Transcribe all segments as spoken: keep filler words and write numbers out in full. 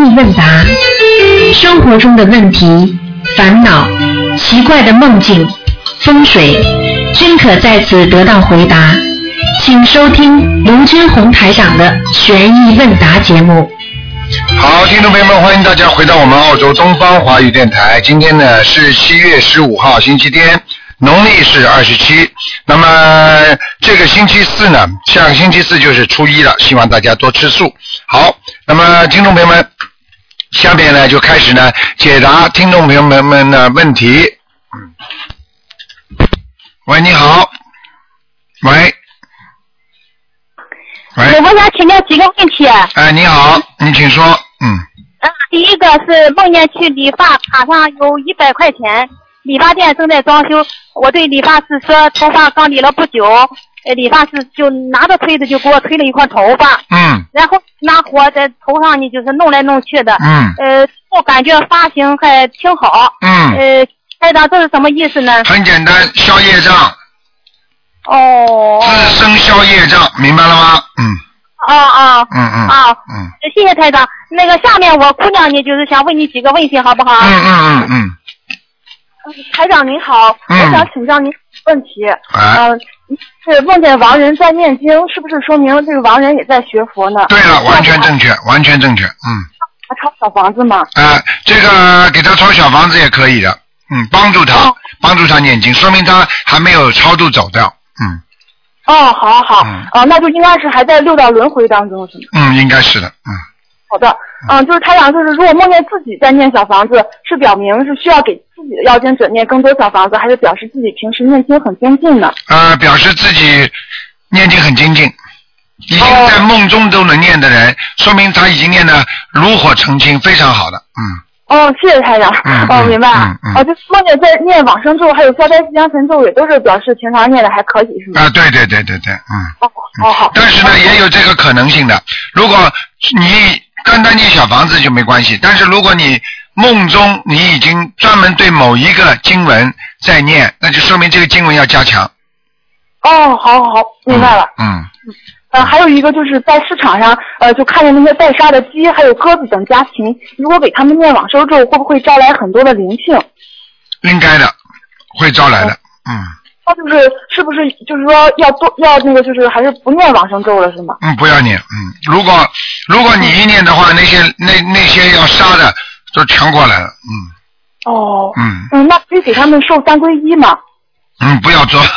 意问答，生活中的问题、烦恼、奇怪的梦境、风水，均可在此得到回答。请收听卢军红台长的悬疑问答节目。 好，听众朋友们，欢迎大家回到我们澳洲东方华语电台。今天呢是七月十五号，星期天，农历是二十七。那么这个星期四呢，下个星期四就是初一了，希望大家多吃素。好，那么听众朋友们，下面呢就开始呢解答听众朋友们们的问题。嗯，喂，你好。喂。 喂，我想请教几个问题。 哎，你好，你请说。嗯。 啊，第一个是梦见去理发，卡上有一百块钱，理发店正在装修，我对理发师说头发刚理了不久，呃，理发师就拿着推子就给我推了一块头发。 嗯。然后拿火在头上呢，就是弄来弄去的。 嗯。 呃，我感觉发型还挺好。 嗯。 呃，台长，这是什么意思呢？ 很简单，消业障。 哦。 自身消业障，明白了吗？嗯。 啊啊。 嗯嗯。 啊。 嗯。 谢谢台长。那个下面我姑娘呢，就是想问你几个问题，好不好？ 嗯嗯嗯嗯。 台长您好， 嗯、 我想请教您问题。 啊。 呃，是梦见亡人在念经，是不是说明这个亡人也在学佛呢？ 对了，完全正确，完全正确。嗯。 他抄小房子吗？ 啊、呃，这个给他抄小房子也可以的。嗯，帮助他，哦、帮助他念经，说明他还没有超度走掉。嗯。 哦，好好， 嗯、 呃，那就应该是还在六道轮回当中，是吗？ 嗯，应该是的，嗯。 好的，嗯、呃，就是台长，就是如果梦见自己在念小房子，是表明是需要给自己的要经者念更多小房子，还是表示自己平时念经很精进呢？ 呃，表示自己念经很精进，已经在梦中都能念的人，哦、说明他已经念得炉火纯青，非常好的，嗯。 哦，谢谢台长。 嗯、 哦，明白了。 嗯嗯。 哦，就是梦见在念往生咒，还有消灾吉祥神咒，也都是表示平常念的还可以，是吗？ 啊，对对对对对，嗯。 哦，好好。 但是呢，也有这个可能性的。如果你单单念小房子就没关系，但是如果你梦中你已经专门对某一个经文在念，那就说明这个经文要加强。 哦，好好好，明白了。 嗯。嗯呃，还有一个就是在市场上，呃，就看见那些带杀的鸡还有鸽子等家禽，如果给他们念往生咒，会不会招来很多的灵性？ 应该的，会招来的，嗯。 那就是是不是就是说要多要那个就是还是不念往生咒了是吗？ 嗯，不要念，嗯。如果如果你一念的话，那些那那些要杀的都全过来了，嗯。 哦。 嗯。 嗯，那可以给他们受三皈依吗？ 嗯，不要做，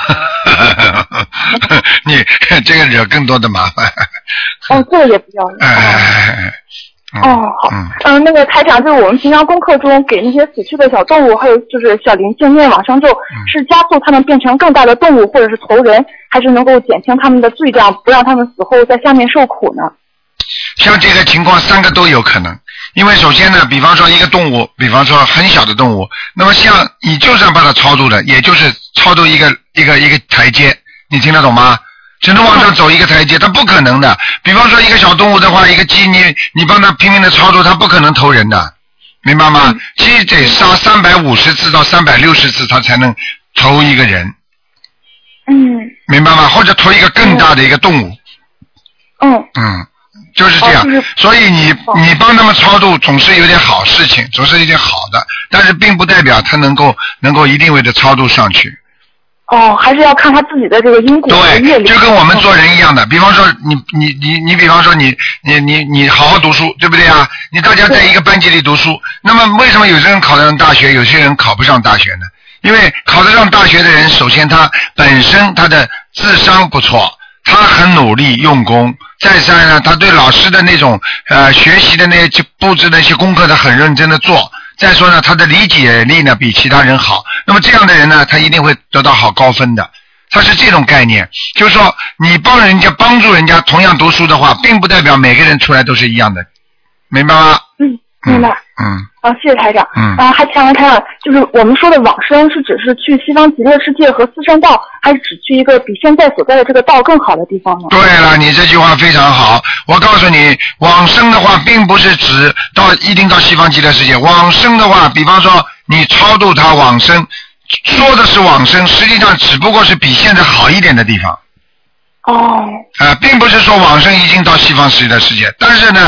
你这个惹更多的麻烦。 哦，这个也不要。 哎。 哦，好。嗯、呃，那个台长，就是我们平常功课中给那些死去的小动物，还有就是小灵性念往生咒，嗯、是加速他们变成更大的动物，或者是投人，还是能够减轻他们的罪障，不让他们死后在下面受苦呢？ 像这个情况，三个都有可能。因为首先呢，比方说一个动物，比方说很小的动物，那么像你就算把它超度的，也就是超度一个一个一个台阶，你听得懂吗？只能往上走一个台阶，它不可能的。比方说一个小动物的话，一个鸡，你你帮它拼命的超度，它不可能投人的，明白吗？鸡得杀三百五十次到三百六十次，它才能投一个人。 嗯。 明白吗？或者投一个更大的一个动物。 嗯。 嗯。就是这样，哦、所以你你帮他们超度总是有点好事情，总是有点好的，但是并不代表他能够能够一定会的超度上去。 哦，还是要看他自己的这个因果和业力。 对，就跟我们做人一样的，比方说你你你你比方说你你你你好好读书，对不对啊？你大家在一个班级里读书，那么为什么有些人考得上大学，有些人考不上大学呢？因为考得上大学的人，首先他本身他的智商不错。他很努力用功，再三呢，他对老师的那种呃学习的那些布置的一些功课，他很认真的做。再说呢，他的理解力呢比其他人好。那么这样的人呢，他一定会得到好高分的。他是这种概念，就是说你帮人家帮助人家同样读书的话，并不代表每个人出来都是一样的，明白吗？ 嗯，明白。 嗯。 啊，谢谢台长。 嗯。 啊，还想问台长，就是我们说的往生，是指是去西方极乐世界和四圣道，还是只去一个比现在所在的这个道更好的地方呢？ 对了，你这句话非常好。我告诉你，往生的话，并不是指到一定到西方极乐世界。往生的话，比方说你超度他往生，说的是往生，实际上只不过是比现在好一点的地方。 哦。 啊、呃，并不是说往生已经到西方极乐世界，但是呢。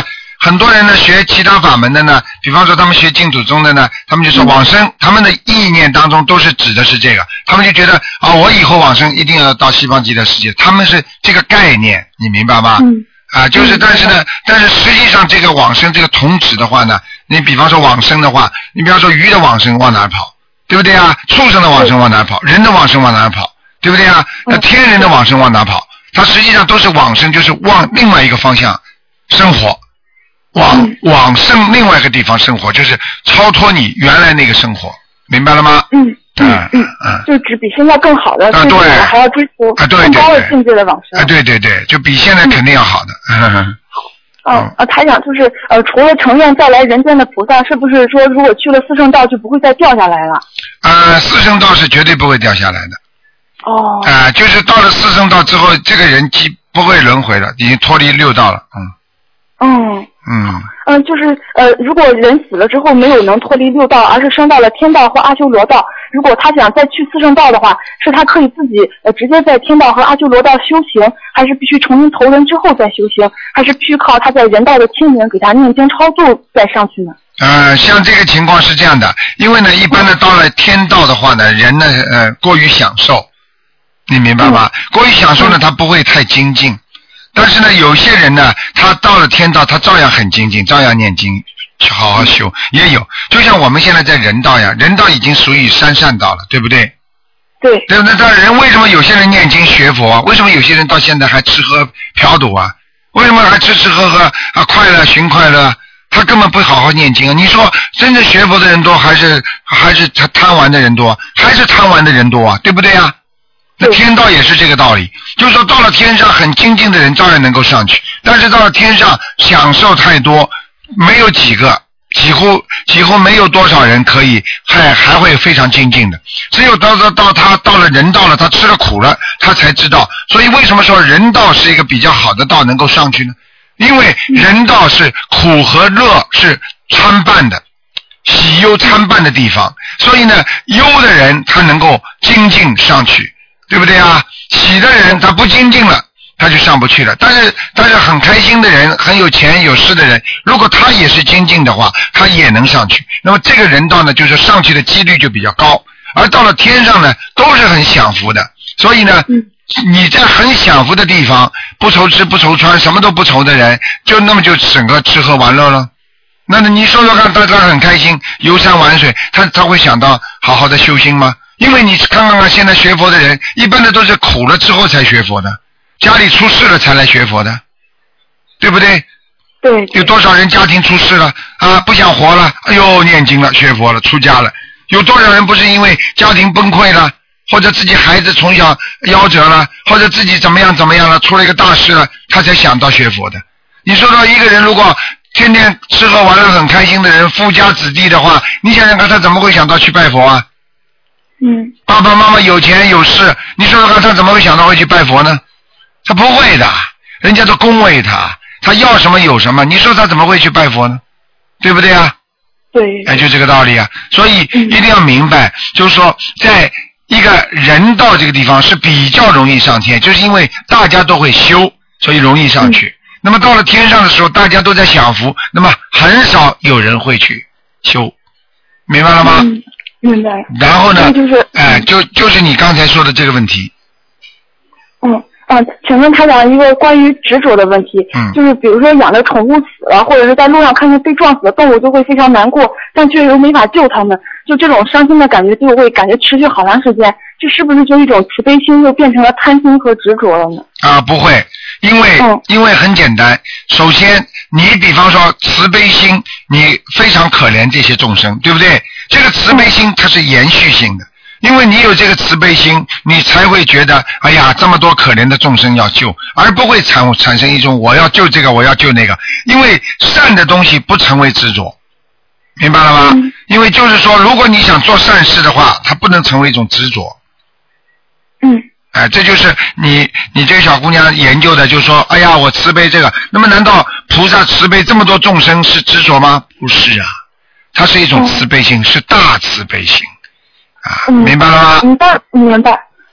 很多人呢学其他法门的呢，比方说他们学净土宗的呢，他们就说往生，他们的意念当中都是指的是这个，他们就觉得啊，我以后往生一定要到西方极乐世界，他们是这个概念，你明白吗？ 嗯。 啊，就是但是呢，但是实际上这个往生这个同指的话呢，你比方说往生的话，你比方说鱼的往生往哪跑，对不对啊？畜生的往生往哪跑？人的往生往哪跑？对不对啊？那天人的往生往哪跑？它实际上都是往生，就是往另外一个方向生活，往往生另外一个地方生活，就是超脱你原来那个生活，明白了吗？ 嗯嗯嗯嗯，就只比现在更好的， 啊对， 还要追求更高的境界的往生。 啊对对对，就比现在肯定要好的。嗯嗯啊，台长就是呃，除了成愿再来人间的菩萨，是不是说如果去了四圣道就不会再掉下来了？ 呃，四圣道是绝对不会掉下来的。 哦。 啊、呃，就是到了四圣道之后，这个人既不会轮回了，已经脱离六道了。嗯。 嗯。 嗯。 嗯，就是呃，如果人死了之后没有能脱离六道，而是升到了天道或阿修罗道，如果他想再去四圣道的话，是他可以自己呃直接在天道和阿修罗道修行，还是必须重新投人之后再修行，还是必须靠他在人道的亲人给他念经超度再上去呢？ 呃，像这个情况是这样的，因为呢，一般的到了天道的话呢，人呢呃过于享受，你明白吗？嗯、过于享受呢，他不会太精进。但是呢，有些人呢，他到了天道，他照样很精进，照样念经，好好修，也有。就像我们现在在人道呀，人道已经属于三善道了，对不对？ 对。 对不对？但人为什么有些人念经学佛啊？为什么有些人到现在还吃喝嫖赌啊？为什么还吃吃喝喝啊？快乐寻快乐？他根本不好好念经啊！你说真正学佛的人多，还是还是他贪玩的人多？还是贪玩的人多啊？对不对啊？那天道也是这个道理，就是说到了天上很精进的人照样能够上去，但是到了天上享受太多，没有几个，几乎几乎没有多少人可以还还会非常精进的，只有到到到他到了人道了，他吃了苦了，他才知道。所以为什么说人道是一个比较好的道能够上去呢？因为人道是苦和乐是参半的，喜忧参半的地方，所以呢，忧的人他能够精进上去。对不对啊？喜的人他不精进了，他就上不去了。但是但是很开心的人，很有钱有势的人，如果他也是精进的话，他也能上去。那么这个人道呢，就是上去的几率就比较高。而到了天上呢，都是很享福的。所以呢，你在很享福的地方，不愁吃不愁穿，什么都不愁的人，就那么就整个吃喝玩乐了。那你说说看，大家很开心，游山玩水，他他会想到好好的修心吗？因为你看看看，现在学佛的人，一般的都是苦了之后才学佛的，家里出事了才来学佛的，对不对？ 对。 有多少人家庭出事了啊，不想活了，哎呦，念经了，学佛了，出家了。有多少人不是因为家庭崩溃了，或者自己孩子从小夭折了，或者自己怎么样怎么样了，出了一个大事了，他才想到学佛的。你说说，一个人如果天天吃喝玩乐很开心的人，富家子弟的话，你想想看，他怎么会想到去拜佛啊？ 嗯， 爸爸妈妈有钱有势，你说说看，他怎么会想到会去拜佛呢？他不会的，人家都恭维他，他要什么有什么，你说他怎么会去拜佛呢？对不对啊？ 对。 哎，就这个道理啊。所以一定要明白，嗯、就是说，在一个人道这个地方是比较容易上天，就是因为大家都会修，所以容易上去。嗯、那么到了天上的时候，大家都在享福，那么很少有人会去修，明白了吗？ 嗯，明白。 然后呢， 就是， 哎，就就是你刚才说的这个问题。 嗯嗯，请问台长一个关于执着的问题， 嗯， 就是比如说养的宠物死了，或者是在路上看见被撞死的动物，就会非常难过，但却又没法救他们，就这种伤心的感觉就会感觉持续好长时间，这是不是就一种慈悲心又变成了贪心和执着了呢？ 啊，不会，因为、 嗯、因为很简单，首先你比方说慈悲心，你非常可怜这些众生，对不对？这个慈悲心它是延续性的。因为你有这个慈悲心，你才会觉得哎呀这么多可怜的众生要救，而不会产产生一种我要救这个我要救那个。因为善的东西不成为执着，明白了吗？ 嗯、 因为就是说如果你想做善事的话，它不能成为一种执着。 嗯。 哎，这就是你你这个小姑娘研究的，就是说哎呀我慈悲这个，那么难道菩萨慈悲这么多众生是执着吗？不是啊，它是一种慈悲心，嗯、是大慈悲心。啊，明白了吗？ 明白，明白。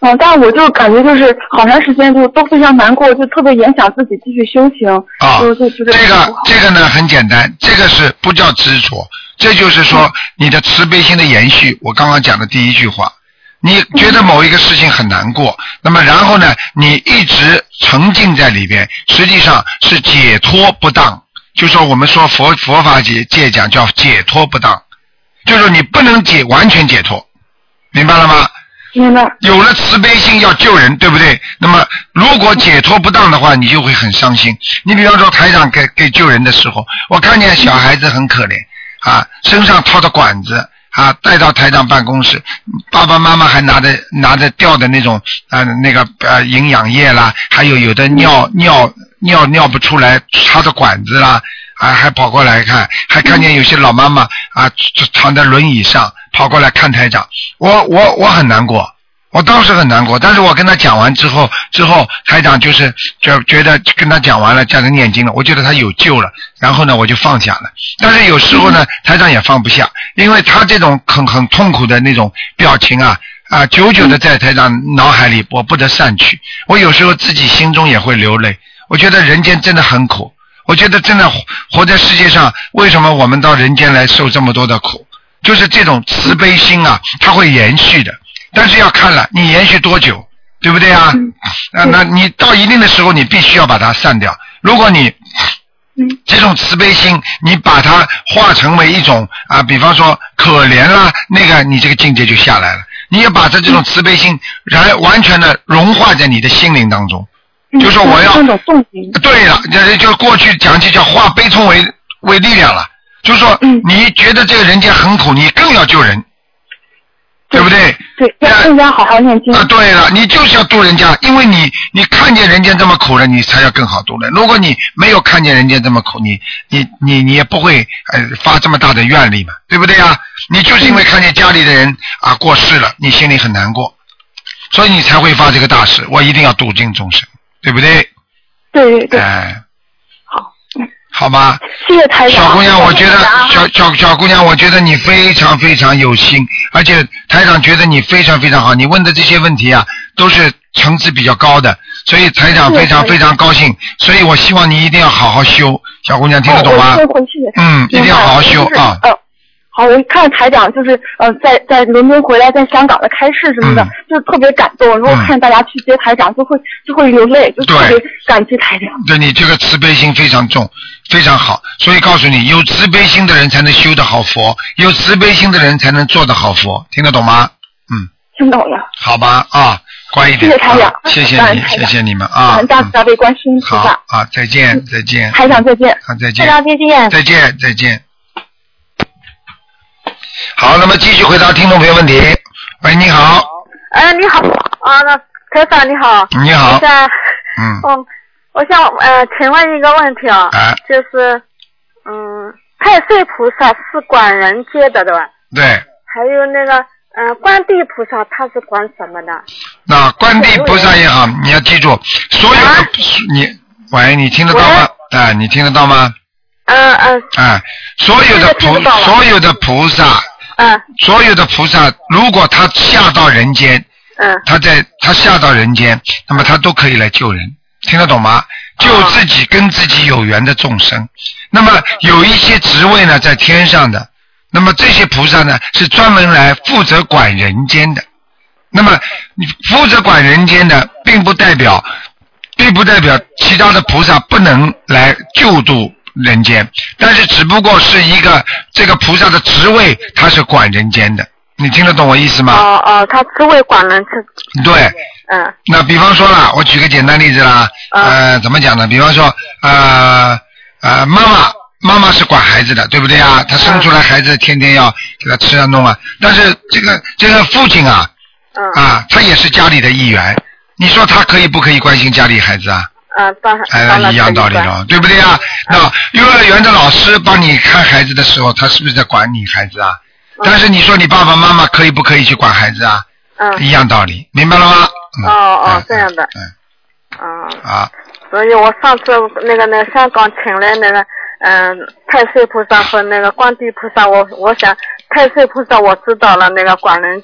嗯，但我就感觉就是好长时间就都非常难过，就特别影响自己继续修行。 啊， 就就就这个这个呢很简单，这个是不叫执着，这就是说你的慈悲心的延续。我刚刚讲的第一句话，你觉得某一个事情很难过，那么然后呢，你一直沉浸在里边，实际上是解脱不当。就说我们说佛佛法界界讲叫解脱不当，就是你不能解完全解脱，明白了吗？ 明白。 有了慈悲心要救人，对不对？那么如果解脱不当的话，你就会很伤心。你比方说台长给给救人的时候，我看见小孩子很可怜啊，身上套着管子啊，带到台长办公室，爸爸妈妈还拿着拿着吊的那种啊那个呃营养液啦，还有有的尿尿尿尿不出来插着管子啦，啊还跑过来看，还看见有些老妈妈啊躺在轮椅上跑过来看台长，我我我很难过，我当时很难过，但是我跟他讲完之后，之后台长就是就觉得跟他讲完了，叫他念经了，我觉得他有救了，然后呢我就放下了。但是有时候呢，台长也放不下，因为他这种很很痛苦的那种表情啊啊，久久的在台长脑海里我不得散去，我有时候自己心中也会流泪。我觉得人间真的很苦，我觉得真的活在世界上，为什么我们到人间来受这么多的苦？就是这种慈悲心啊，它会延续的，但是要看了你延续多久，对不对啊？啊，那你到一定的时候，你必须要把它散掉。如果你这种慈悲心，你把它化成为一种啊，比方说可怜啦，那个你这个境界就下来了。你也把这这种慈悲心然完全的融化在你的心灵当中，就说我要对了，这就过去讲起叫化悲痛为为力量了。就是说，你觉得这个人间很苦，你更要救人，对不对？ 对，要更加好好念经。 啊，对了，你就是要度人家，因为你你看见人间这么苦了，你才要更好度人。如果你没有看见人间这么苦，你你你你也不会呃发这么大的愿力嘛，对不对啊？你就是因为看见家里的人啊过世了，你心里很难过，所以你才会发这个大誓，我一定要度尽众生，对不对？ 对对对。 哎。 好。 好吧， 谢谢台长。 小姑娘，我觉得小小小姑娘，我觉得你非常非常有心，而且台长觉得你非常非常好。你问的这些问题啊，都是层次比较高的，所以台长非常非常高兴。所以我希望你一定要好好修，小姑娘听得懂吗？ 哦、 嗯，一定要好好修啊。 呃好，我看台长就是呃，在在伦敦回来，在香港的开示什么的，嗯、就是特别感动。如果看大家去接台长，就会就会流泪，就特别感激台长。 对，你这个慈悲心非常重，非常好。所以告诉你，有慈悲心的人才能修得好佛，有慈悲心的人才能做得好佛，听得懂吗？嗯， 听懂了。 好吧，啊，乖一点。 谢谢台长， 啊、谢谢你，谢谢你们啊。 感大慈大悲观世音菩萨。 好啊，再见，再见。 台长再见。 啊，再见。 台长再见。 再见，再见。好，那么继续回答听众朋友问题。喂，你好。 哎，你好啊，那台长你好。 你好。 我想， 嗯。 嗯，我想呃，请问一个问题啊， 哎、 就是嗯，太岁菩萨是管人间的对吧？ 对。 还有那个呃，观地菩萨他是管什么的？ 那观地菩萨也好，你要记住，所有的、啊、你，喂，你听得到吗？哎，你听得到吗？ 嗯嗯。 哎，所有的菩，所有的菩萨。 嗯， 所有的菩萨，如果他下到人间， 嗯， 他在他下到人间，那么他都可以来救人，听得懂吗？救自己跟自己有缘的众生。那么有一些职位呢在天上的，那么这些菩萨呢是专门来负责管人间的。那么你负责管人间的，并不代表，并不代表其他的菩萨不能来救度人间，但是只不过是一个这个菩萨的职位，他是管人间的，你听得懂我意思吗？ 哦哦，他职位管人是。 对。 嗯。 那比方说啦，我举个简单例子啦，嗯、呃，怎么讲呢？比方说，呃呃，妈妈妈妈是管孩子的，对不对啊？她生出来孩子，天天要给他吃啊弄啊。但是这个这个父亲啊， 嗯、 啊，他也是家里的一员，你说他可以不可以关心家里孩子啊？ 嗯，当然， 哎，一样道理了，对不对啊？那幼儿园的老师帮你看孩子的时候，他是不是在管你孩子啊？嗯、但是你说你爸爸妈妈可以不可以去管孩子啊？ 嗯， 一样道理，明白了吗？ 嗯、哦哦、嗯，这样的。 嗯。 嗯。 啊。 所以我上次那个那个香港请来那个嗯太岁菩萨和那个观地菩萨，我我想太岁菩萨我知道了，那个管人间，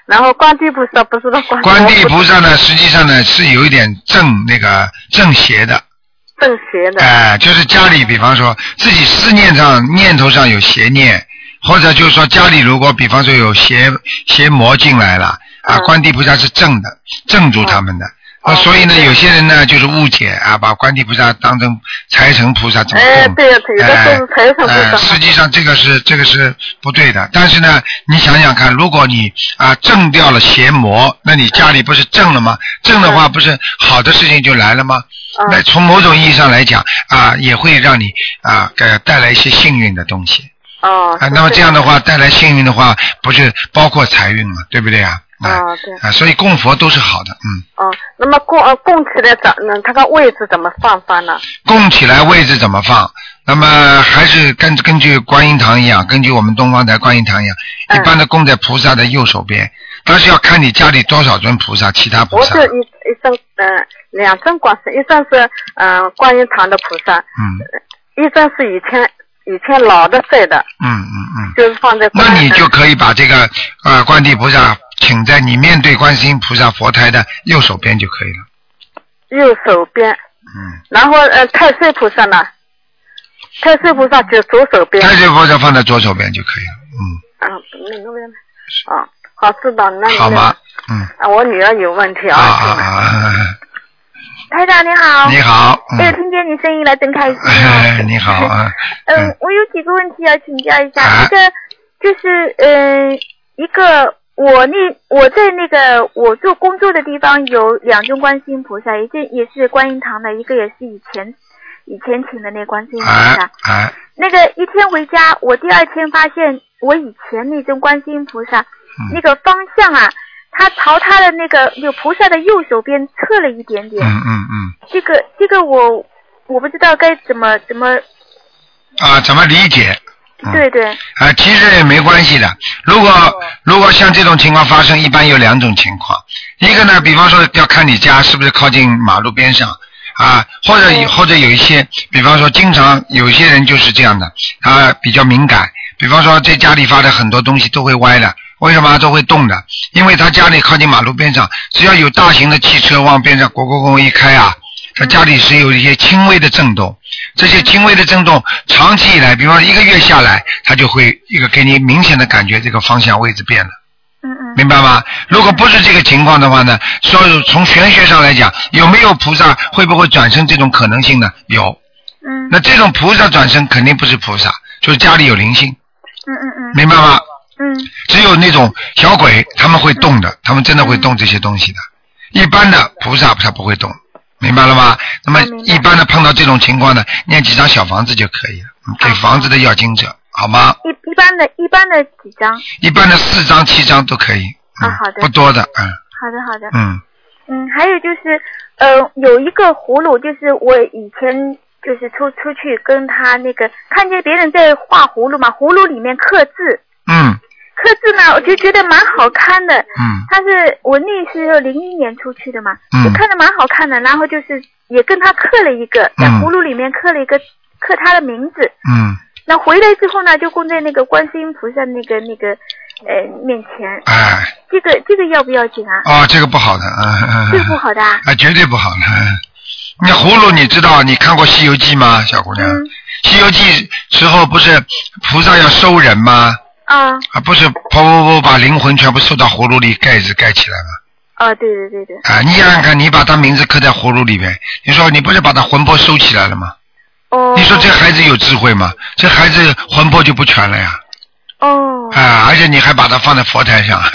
然后观地菩萨不知道观。 观地菩萨呢，实际上呢是有一点正那个正邪的。 正邪的。 哎、呃，就是家里，比方说自己思念上念头上有邪念，或者就是说家里如果比方说有邪邪魔进来了啊，观地菩萨是正的，正住他们的。嗯啊，所以呢，有些人呢就是误解啊，把观地菩萨当成财神菩萨怎么供？ 哎，对呀，有的说是财神菩萨。 哎，实际上这个是这个是不对的。但是呢，你想想看，如果你啊正掉了邪魔，那你家里不是正了吗？正的话，不是好的事情就来了吗？嗯、那从某种意义上来讲啊，也会让你啊给带来一些幸运的东西。 哦。 啊，那么这样的话，带来幸运的话，不是包括财运嘛？对不对啊？ 啊、哦，对啊，所以供佛都是好的，嗯。 哦，那么供呃供起来怎呢？它个位置怎么放放呢？ 供起来位置怎么放？那么还是根根据观音堂一样，根据我们东方台观音堂一样，嗯、一般的供在菩萨的右手边，但是要看你家里多少尊菩萨，其他菩萨。 我是一一尊呃两尊观世，一尊是嗯、呃、观音堂的菩萨，嗯，一尊是以前以前老的设的， 嗯嗯嗯， 就是放在。 那你就可以把这个呃观地菩萨。请在你面对观世音菩萨佛台的右手边就可以了。 右手边。嗯。然后呃，太岁菩萨呢？太岁菩萨就左手边。 太岁菩萨放在左手边就可以了。嗯。 啊，那那边。啊，好，知道那。 好吗？嗯。 啊，我女儿有问题啊。 啊啊！ 台长你好。 你好。 哎、嗯，听见你声音了，真开心、 哎。你好啊。 嗯，我有几个问题要请教一下。啊、一个就是嗯、呃，一个。我那我在那个我做工作的地方有两尊观世音菩萨，一个也是观音堂的，一个也是以前以前请的那观世音菩萨。 啊啊、 那个一天回家，我第二天发现我以前那尊观世音菩萨、嗯、那个方向啊，它朝他的那个有菩萨的右手边侧了一点点。 嗯嗯嗯。 这个这个我我不知道该怎么怎么。 啊，怎么理解？ 对对。 啊，其实也没关系的。如果如果像这种情况发生，一般有两种情况。一个呢，比方说要看你家是不是靠近马路边上啊，或者或者有一些，比方说经常有些人就是这样的，他比较敏感。比方说在家里发的很多东西都会歪的，为什么都会动的？因为他家里靠近马路边上，只要有大型的汽车往边上咣咣咣一开啊，他家里是有一些轻微的震动。这些轻微的震动长期以来，比方说一个月下来，它就会一个给你明显的感觉这个方向位置变了。 嗯嗯。 明白吗？如果不是这个情况的话呢，说从玄学上来讲，有没有菩萨会不会转生这种可能性呢？有。 嗯。 那这种菩萨转生肯定不是菩萨，就是家里有灵性。 嗯嗯嗯。 明白吗？ 嗯。 只有那种小鬼他们会动的，嗯、他们真的会动这些东西的。一般的菩萨他不会动。明白了吗？那么一般的碰到这种情况呢，念几张小房子就可以了，给房子的要经者，好吗？ 一一般的一般的几张？ 一般的四张七张都可以。 嗯、啊，好的。 不多的，嗯。 好的，好的。 嗯。 嗯，还有就是呃，有一个葫芦，就是我以前就是出出去跟他那个看见别人在画葫芦嘛，葫芦里面刻字。 嗯。 刻字呢，我就觉得蛮好看的。 嗯。 他是我那是零一年出去的嘛， 嗯， 我看着蛮好看的，然后就是也跟他刻了一个，在葫芦里面刻了一个，刻他的名字。 嗯。 那回来之后呢，就供在那个观世音菩萨那个那个呃面前。 哎。 这个这个要不要紧啊？ 哦，这个不好的，嗯。 这个不好的啊？ 啊，绝对不好的。那葫芦你知道？你看过《西游记》吗，小姑娘？ 嗯。 西游记时候不是菩萨要收人吗？ 啊。 啊，不是，噗噗噗，把灵魂全部收到葫芦里，盖子盖起来吗？ 啊，对对对对。 啊，你想想看，你把他名字刻在葫芦里面，你说你不是把他魂魄收起来了吗？ 哦。 你说这孩子有智慧吗？这孩子魂魄就不全了呀。 哦。 啊，而且你还把它放在佛台上。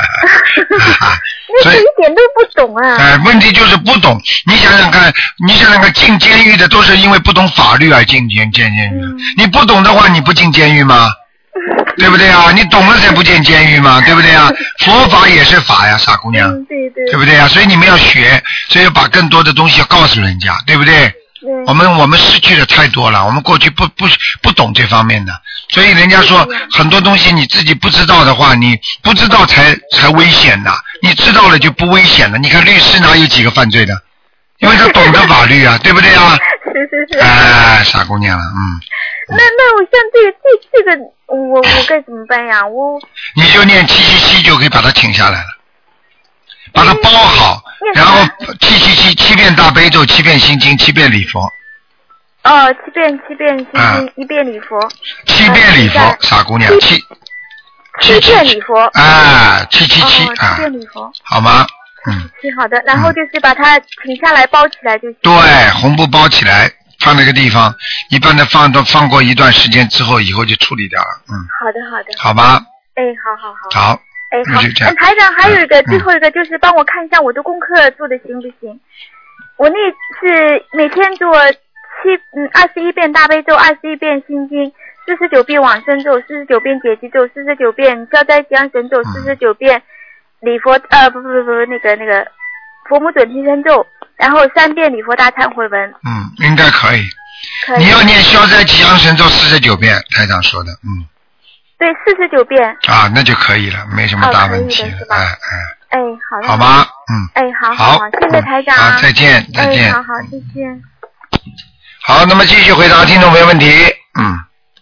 那是一点都不懂啊。 哎、呃，问题就是不懂。你想想看，你想想看，进监狱的都是因为不懂法律而进监监监狱。嗯、你不懂的话，你不进监狱吗？对不对啊？你懂了才不进监狱嘛，对不对啊？佛法也是法呀，傻姑娘。 嗯，对对。 对不对啊？所以你们要学，所以要把更多的东西要告诉人家，对不对？ 对。 我们我们失去的太多了，我们过去不不不懂这方面的，所以人家说很多东西你自己不知道的话，你不知道才才危险的，你知道了就不危险了。你看律师哪有几个犯罪的？因为他懂得法律啊，对不对啊？ 是是是。 哎，傻姑娘了，嗯。 那那我像这个这这个我我该怎么办呀？我你就念七七七就可以把它请下来了，把它包好，然后七七七七遍大悲咒，七遍心经，七遍礼佛。 哦，七遍七遍心经、啊，一遍礼佛。 七遍礼佛，呃、傻姑娘，七七遍礼佛。 啊，七七七啊，七遍礼佛， 好吗？嗯。 是好的，然后就是把它停下来包起来就行。 对，红布包起来。放那个地方，一般的放都放过一段时间之后，以后就处理掉了。嗯。 好的，好的。 好吧。 哎，好好好。 好。 哎，好。嗯，台长还有一个、嗯、最后一个，就是帮我看一下我的功课做的行不行？我那是每天做七嗯二十一遍大悲咒，二十一遍心经，四十九遍往生咒，四十九遍解结咒，四十九遍消灾吉祥神咒，四十九遍礼佛呃不不不不那个那个佛母准提神咒。然后三遍礼佛大忏悔文。 嗯，应该可以。 可以。 你要念消灾吉祥神咒四十九遍，台长说的，嗯。 对，四十九遍。 啊，那就可以了，没什么大问题。 哦、可以的是吧？ 哎哎。哎，好的。 好吗？嗯。 哎，好好， 好，谢谢台长。 好，再见，再见。 哎，好好，再见。 好，那么继续回答听众没问题。嗯。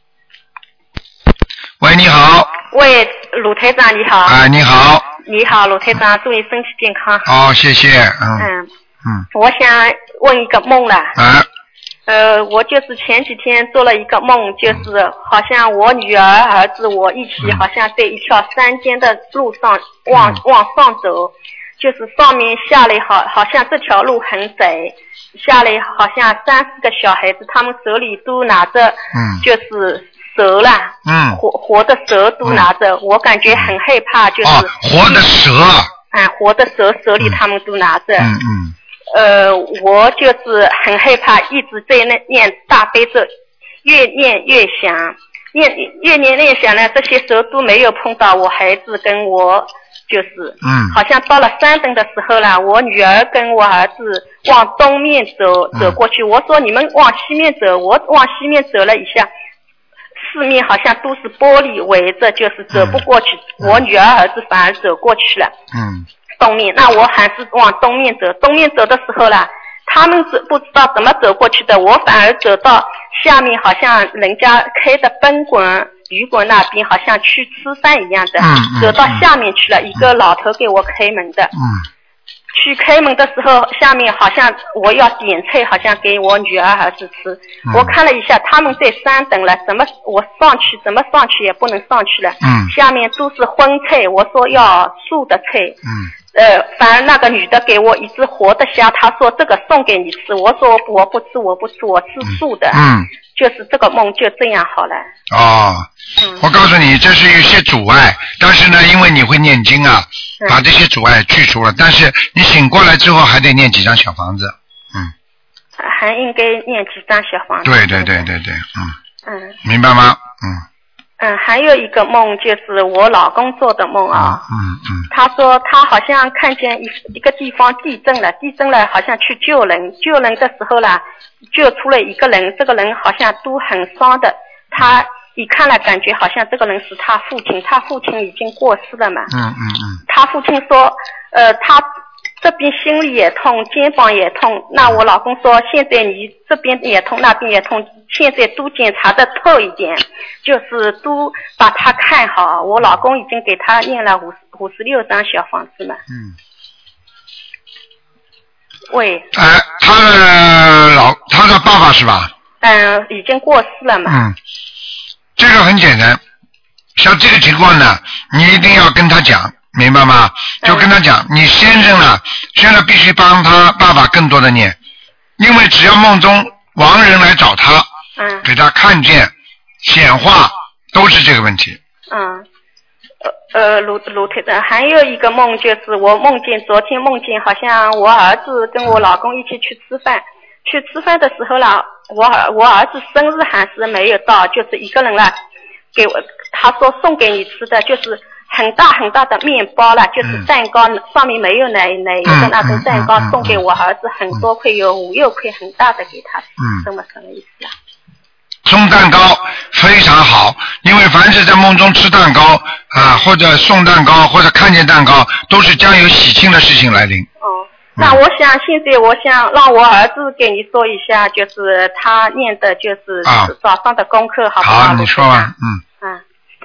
喂，你好。 喂，鲁台长，你好。 哎，你好。 你好，鲁台长，祝你身体健康。 好，谢谢。嗯嗯嗯。 我想问一个梦了。 啊。 呃，我就是前几天做了一个梦，就是好像我女儿、儿子我一起，好像在一条山间的路上往、嗯、往上走，就是上面下来好好像这条路很窄，下来好像三四个小孩子，他们手里都拿着， 嗯， 就是蛇啦， 嗯， 活活的蛇都拿着、嗯，我感觉很害怕，就是、 哦、活的蛇， 啊，活的蛇手里他们都拿着， 嗯嗯。 呃，我就是很害怕，一直在那念大悲咒，越念越响，念越念越响呢，这些蛇都没有碰到我孩子跟我，就是， 嗯， 好像到了山顶的时候啦，我女儿跟我儿子往东面走走过去，嗯、我说你们往西面走，我往西面走了一下，四面好像都是玻璃围着，就是走不过去，嗯、我女儿儿子反而走过去了， 嗯。 东面，那我还是往东面走。东面走的时候啦，他们走不知道怎么走过去的，我反而走到下面，好像人家开的宾馆、旅馆那边，好像去吃饭一样的， 嗯嗯、 走到下面去了。一个老头给我开门的。 嗯。 去开门的时候，下面好像我要点菜，好像给我女儿儿子吃。 嗯、 我看了一下，他们在山等了，怎么我上去怎么上去也不能上去了。 嗯。 下面都是荤菜，我说要素的菜。 嗯。 呃，反而那个女的给我一只活的虾，她说这个送给你吃，我说我不吃，我不吃，我吃素的。 嗯， 就是这个梦就这样好了。 哦， 嗯， 我告诉你，这是有些阻碍，但是呢，因为你会念经啊， 嗯、 把这些阻碍去除了，但是你醒过来之后还得念几张小房子，嗯。 还应该念几张小房子。 对对对对对，嗯。 嗯。 明白吗？嗯。 嗯，还有一个梦就是我老公做的梦啊。 嗯嗯。 他说他好像看见一一个地方地震了，地震了，好像去救人，救人的时候啦，救出了一个人，这个人好像都很伤的。他一看了，感觉好像这个人是他父亲，他父亲已经过世了嘛。 嗯嗯嗯。 他父亲说，呃，他这边心里也痛，肩膀也痛。那我老公说，现在你这边也痛，那边也痛。现在都检查的透一点，就是都把他看好。我老公已经给他念了五十五十六张小房子了。 嗯。 喂。 哎，他的老他的爸爸是吧？ 嗯，已经过世了嘛。 嗯。这个很简单，像这个情况呢，你一定要跟他讲，明白吗？就跟他讲，嗯、你先生呢，现在必须帮他爸爸更多的念，因为只要梦中亡人来找他。 嗯， 给他看见显化都是这个问题。 嗯，呃呃，卢卢太太，还有一个梦就是我梦见昨天梦见好像我儿子跟我老公一起去吃饭，去吃饭的时候啦，我我儿子生日还是没有到，就是一个人啦，给我他说送给你吃的就是很大很大的面包啦，就是蛋糕、嗯、上面没有奶奶油的那种蛋糕、嗯嗯嗯嗯、送给我儿子很多块，有五六块很大的给他， 嗯， 这么什么意思啊？ 送蛋糕非常好，因为凡是在梦中吃蛋糕啊，或者送蛋糕，或者看见蛋糕，都是将有喜庆的事情来临。 哦， 那我想现在我想让我儿子给你说一下，就是他念的就是早上的功课，好不好？ 好，你说吧，嗯。 嗯。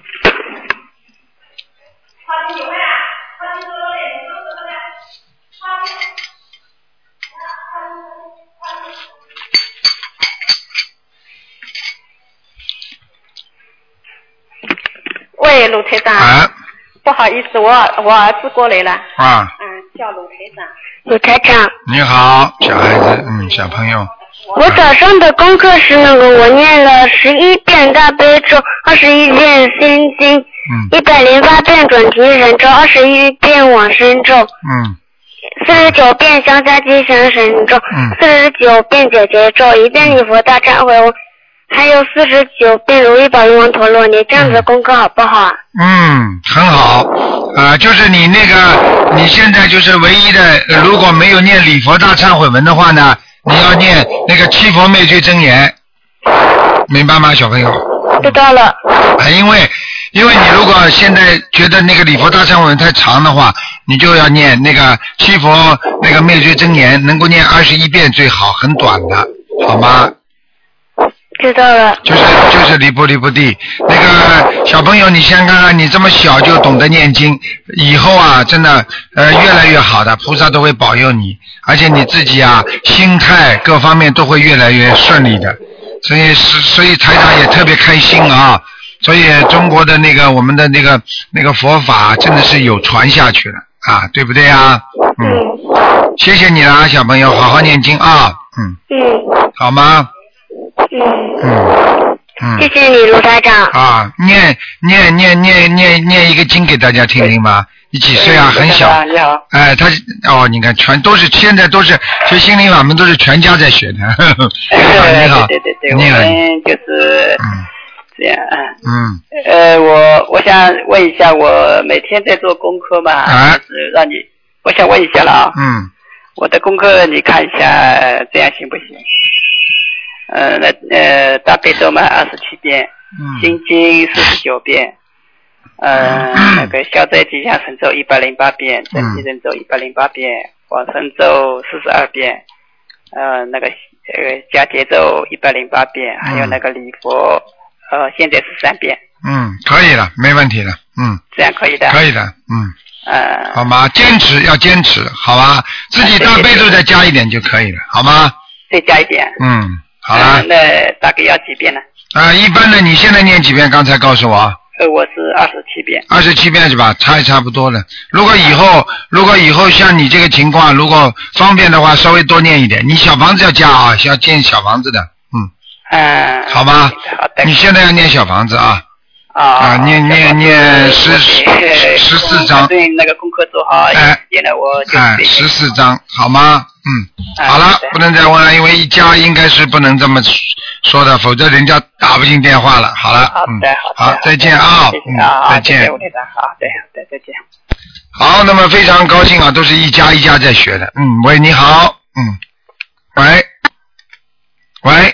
喂，卢台长。 啊。 不好意思，我我儿子过来了。 啊。 嗯，叫卢台长。 卢台长。 你好，小孩子，嗯，小朋友。 我早上的功课是那个，我念了十一遍大悲咒，二十一遍心经，嗯，一百零八遍准提神咒，二十一遍往生咒， 嗯， 四十九遍消灾吉祥神咒，嗯，四十九遍解结咒，一遍礼佛大忏悔文，还有四十九遍如意宝轮王陀罗尼，这样子的功课好不好啊？ 嗯，很好，啊、呃，就是你那个，你现在就是唯一的，呃、如果没有念礼佛大忏悔文的话呢，你要念那个七佛灭罪真言，明白吗，小朋友？ 知道了。 啊，因为因为你如果现在觉得那个礼佛大忏悔文太长的话，你就要念那个七佛那个灭罪真言，能够念二十一遍最好，很短的，好吗？ 知道了。 就是就是离不离不地，那个小朋友，你先看看，你这么小就懂得念经，以后啊，真的呃越来越好的，菩萨都会保佑你，而且你自己啊，心态各方面都会越来越顺利的，所以是所以台长也特别开心啊，所以中国的那个我们的那个那个佛法真的是有传下去了啊，对不对啊？嗯，谢谢你啦，小朋友，好好念经啊，嗯， 嗯， 好吗？ 嗯嗯嗯， 谢谢你，卢台长。 啊，念念念念念念一个经给大家听听吧。你几岁啊？很小。 你好。 哎，他哦，你看全都是现在都是学心灵法门都是全家在学的。 哎、 你好， 对对对对，我们就是嗯这样。 嗯。 呃，我我想问一下，我每天在做功课嘛， 啊、 就是让你，我想问一下了啊。 嗯。 我的功课你看一下，这样行不行？呃，那呃大悲咒嘛二十七遍， 嗯， 心经四十九遍，呃、嗯、那个消灾吉祥神咒一百零八遍，准提神咒一百零八遍，往生咒四十二遍，呃那个呃加节咒一百零八遍，还有那个礼佛呃现在是三遍。 嗯，可以了，没问题了，嗯， 这样可以的。 可以的，嗯。 呃， 好吗？坚持要坚持，好吧？自己大悲咒再加一点就可以了，好吗？ 再加一点。 嗯。好了、呃， 那大概要几遍呢？ 啊、呃，一般的，你现在念几遍？刚才告诉我。 呃，我是二十七遍。 二十七遍是吧？差也差不多了。如果以后，如果以后像你这个情况，如果方便的话，稍微多念一点。你小房子要加啊，要建小房子的，嗯。 嗯、呃。 好吧。 好的。 你现在要念小房子啊。 啊。 啊，念念念十十四章。 对，那个功课做好。 哎。 念了我就。 哎，十四章，好吗？嗯，好了，不能再问了，因为一家应该是不能这么说的，否则人家打不进电话了。好了， 好的， 好的，好，再见啊，嗯，再见。 好的，对，再见。 好，那么非常高兴啊，都是一家一家在学的。嗯，喂，你好，嗯，喂，喂，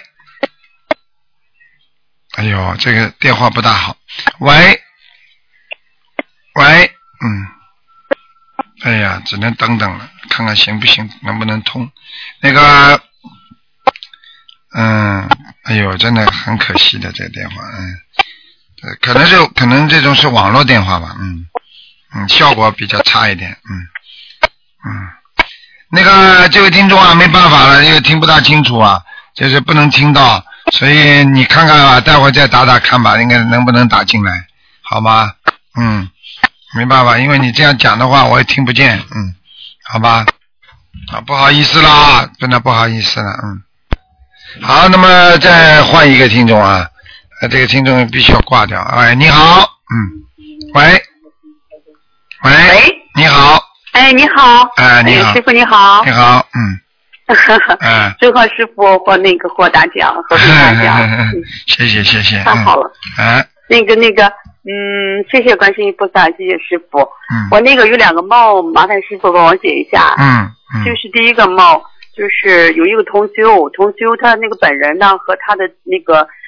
哎呦，这个电话不大好，喂，喂，嗯。哎呀，只能等等了，看看行不行，能不能通。那个，嗯，哎呦，真的很可惜的这个电话，嗯，可能是可能这种是网络电话吧，嗯嗯，效果比较差一点，嗯嗯。那个这位听众啊，没办法了，因为听不大清楚啊，就是不能听到，所以你看看吧，待会再打打看吧，应该能不能打进来，好吗？嗯。没办法，因为你这样讲的话，我也听不见，嗯，好吧，啊，不好意思啦，真的不好意思了，嗯，好，那么再换一个听众啊，呃，这个听众必须要挂掉，哎，你好，嗯，喂，喂， 喂， 你好， 哎，你好， 哎，你好， 哎、师傅你好， 你好，嗯， 嗯，正好师傅和那个获大奖，和大奖，嗯、 谢谢谢谢， 太好了， 哎、嗯， 那个那个。嗯，谢谢观世音菩萨，谢谢师傅。 嗯， 我那个有两个梦，麻烦师傅帮我解一下。 嗯嗯， 就是第一个梦，就是有一个同修，同修他那个本人呢和他的那个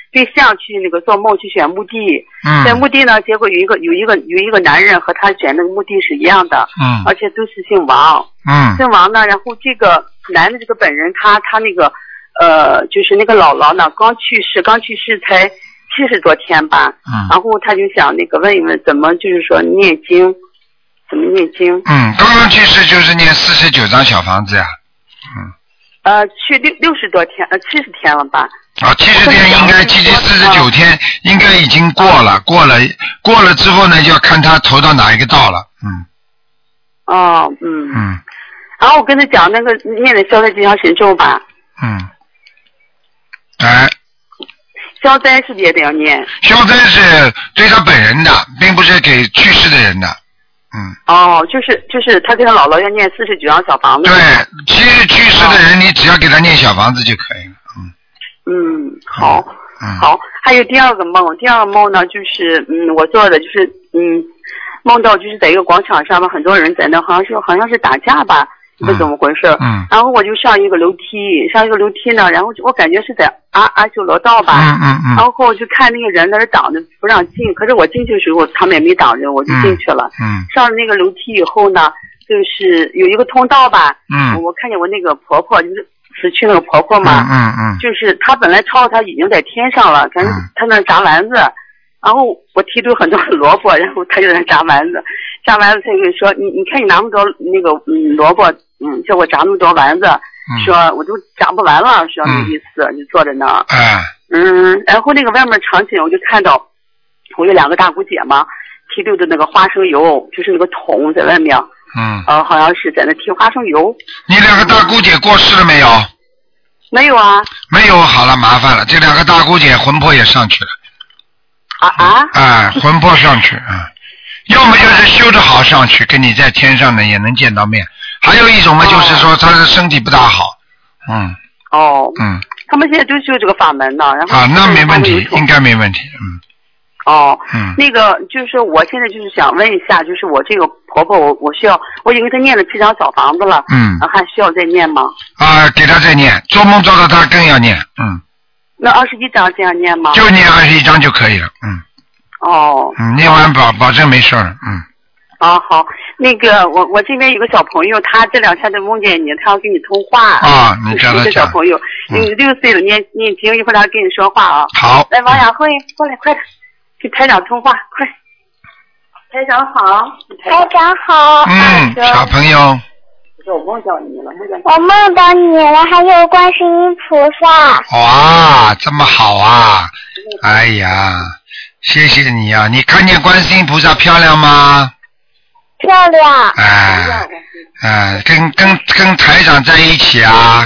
对象去那个做梦去选墓地， 嗯， 选墓地呢，结果有一个有一个有一个男人和他选那个墓地是一样的， 嗯， 而且都是姓王， 嗯， 姓王呢，然后这个男的这个本人他他那个呃就是那个姥姥呢刚去世刚去世才七十多天吧， 嗯， 然后他就想那个问一问怎么就是说念经，怎么念经？ 嗯，刚刚去世就是念四十九张小房子呀，嗯。 呃，去六六十多天，呃，七十天了吧？ 啊，七十天应该七七四十九天应该已经过了，过了过了之后呢，就要看他投到哪一个道了，嗯。 哦，嗯。 嗯。 然后我跟他讲那个念的消灾吉祥神咒吧。 嗯。哎。 消灾是不是也得要念？ 消灾是对他本人的，并不是给去世的人的。嗯。 哦，就是就是他跟他姥姥要念四十九张小房子。 对，其实去世的人，你只要给他念小房子就可以了。嗯。 嗯，好。 嗯。 好，还有第二个梦，第二个梦呢，就是嗯，我做的就是嗯，梦到就是在一个广场上面，很多人在那，好像是好像是打架吧。不怎么回事， 嗯， 然后我就上一个楼梯，上一个楼梯呢，然后我感觉是在阿阿修罗道吧， 嗯嗯嗯， 然后我就看那个人在那挡着不让进，可是我进去的时候他们也没挡着，我就进去了， 嗯， 上了那个楼梯以后呢，就是有一个通道吧， 嗯， 我看见我那个婆婆就是死去那个婆婆嘛， 嗯嗯嗯， 就是她本来超她已经在天上了，感觉她那炸丸子，然后我提出很多萝卜，然后她就在那炸丸子，炸丸子她就说你你看你拿那么多那个嗯萝卜。嗯，叫我炸那么多丸子，嗯、说我都炸不完了，说那意思，嗯、就坐在那儿。 哎、 嗯，然后那个外面场景，我就看到我有两个大姑姐嘛，提溜的那个花生油，就是那个桶在外面。 嗯。 呃，好像是在那提花生油。 你两个大姑姐过世了没有？ 没有啊。 没有，好了，麻烦了，这两个大姑姐魂魄也上去了。 啊啊。 哎，魂魄上去，嗯。要么就是修得好上去，跟你在天上呢也能见到面。还有一种嘛，就是说他的身体不大好，嗯。 哦。 嗯。 他们现在都修这个法门呢，然后。 啊，那没问题，应该没问题，嗯。 哦。 嗯。 那个就是我现在就是想问一下，就是我这个婆婆，我我需要，我已经给她念了七张小房子了， 嗯。 还需要再念吗？ 啊，给她再念，做梦做到她更要念，嗯。 那二十一张这样念吗？ 就念二十一张就可以了，嗯。 哦。 嗯，念完保保证没事了，嗯。 啊好，那个我我这边有个小朋友，他这两天都梦见你，他要跟你通话。 啊，你叫他讲。 一个小朋友，嗯，六岁了，念念经，一会儿他跟你说话啊。 好。 来，王雅慧，过来，快点，跟台长通话，快。台长好。 台长好。 嗯，小朋友。 我梦到你了， 我梦到你了，还有观世音菩萨。 哇，这么好啊！哎呀，谢谢你啊！你看见观世音菩萨漂亮吗？ 漂亮。 哎，哎，跟跟跟台长在一起啊。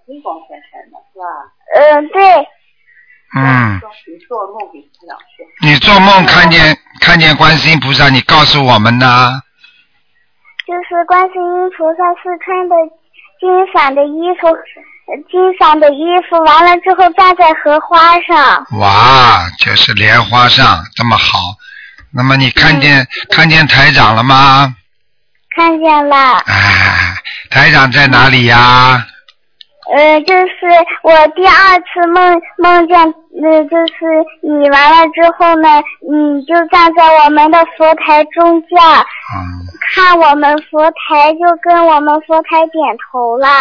嗯，对。 嗯。你做梦看见看见观世音菩萨，你告诉我们呢？ 就是观世音菩萨是穿的金闪的衣服，金闪的衣服，完了之后站在荷花上。 哇，就是莲花上，这么好。那么你看见、嗯、看见台长了吗？ 看见了。 哎，台长在哪里呀？ 呃，就是我第二次梦梦见，呃，就是你完了之后呢，你就站在我们的佛台中间，嗯、看我们佛台，就跟我们佛台点头了。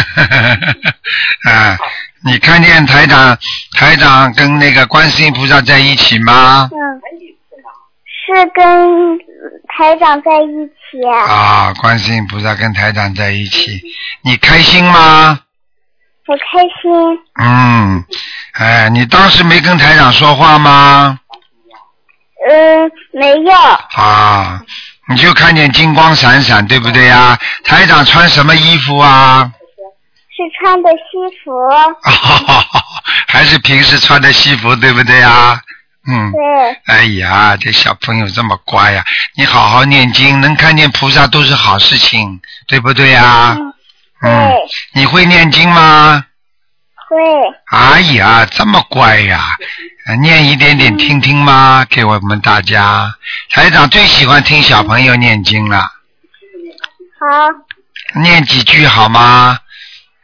啊，你看见台长台长跟那个观世音菩萨在一起吗？ 嗯，是跟台长在一起。 啊，观世音菩萨跟台长在一起，你开心吗？ 我开心。 嗯，哎，你当时没跟台长说话吗？ 嗯，没有。 啊，你就看见金光闪闪，对不对呀？台长穿什么衣服啊？ 是穿的西服。 还是平时穿的西服，对不对呀？嗯。 对。 哎呀，这小朋友这么乖呀！你好好念经，能看见菩萨都是好事情，对不对呀？ 嗯。 嗯，你会念经吗？ 会。 哎呀，这么乖呀！念一点点听听吗？嗯、给我们大家，台长最喜欢听小朋友念经了。 好。 念几句好吗？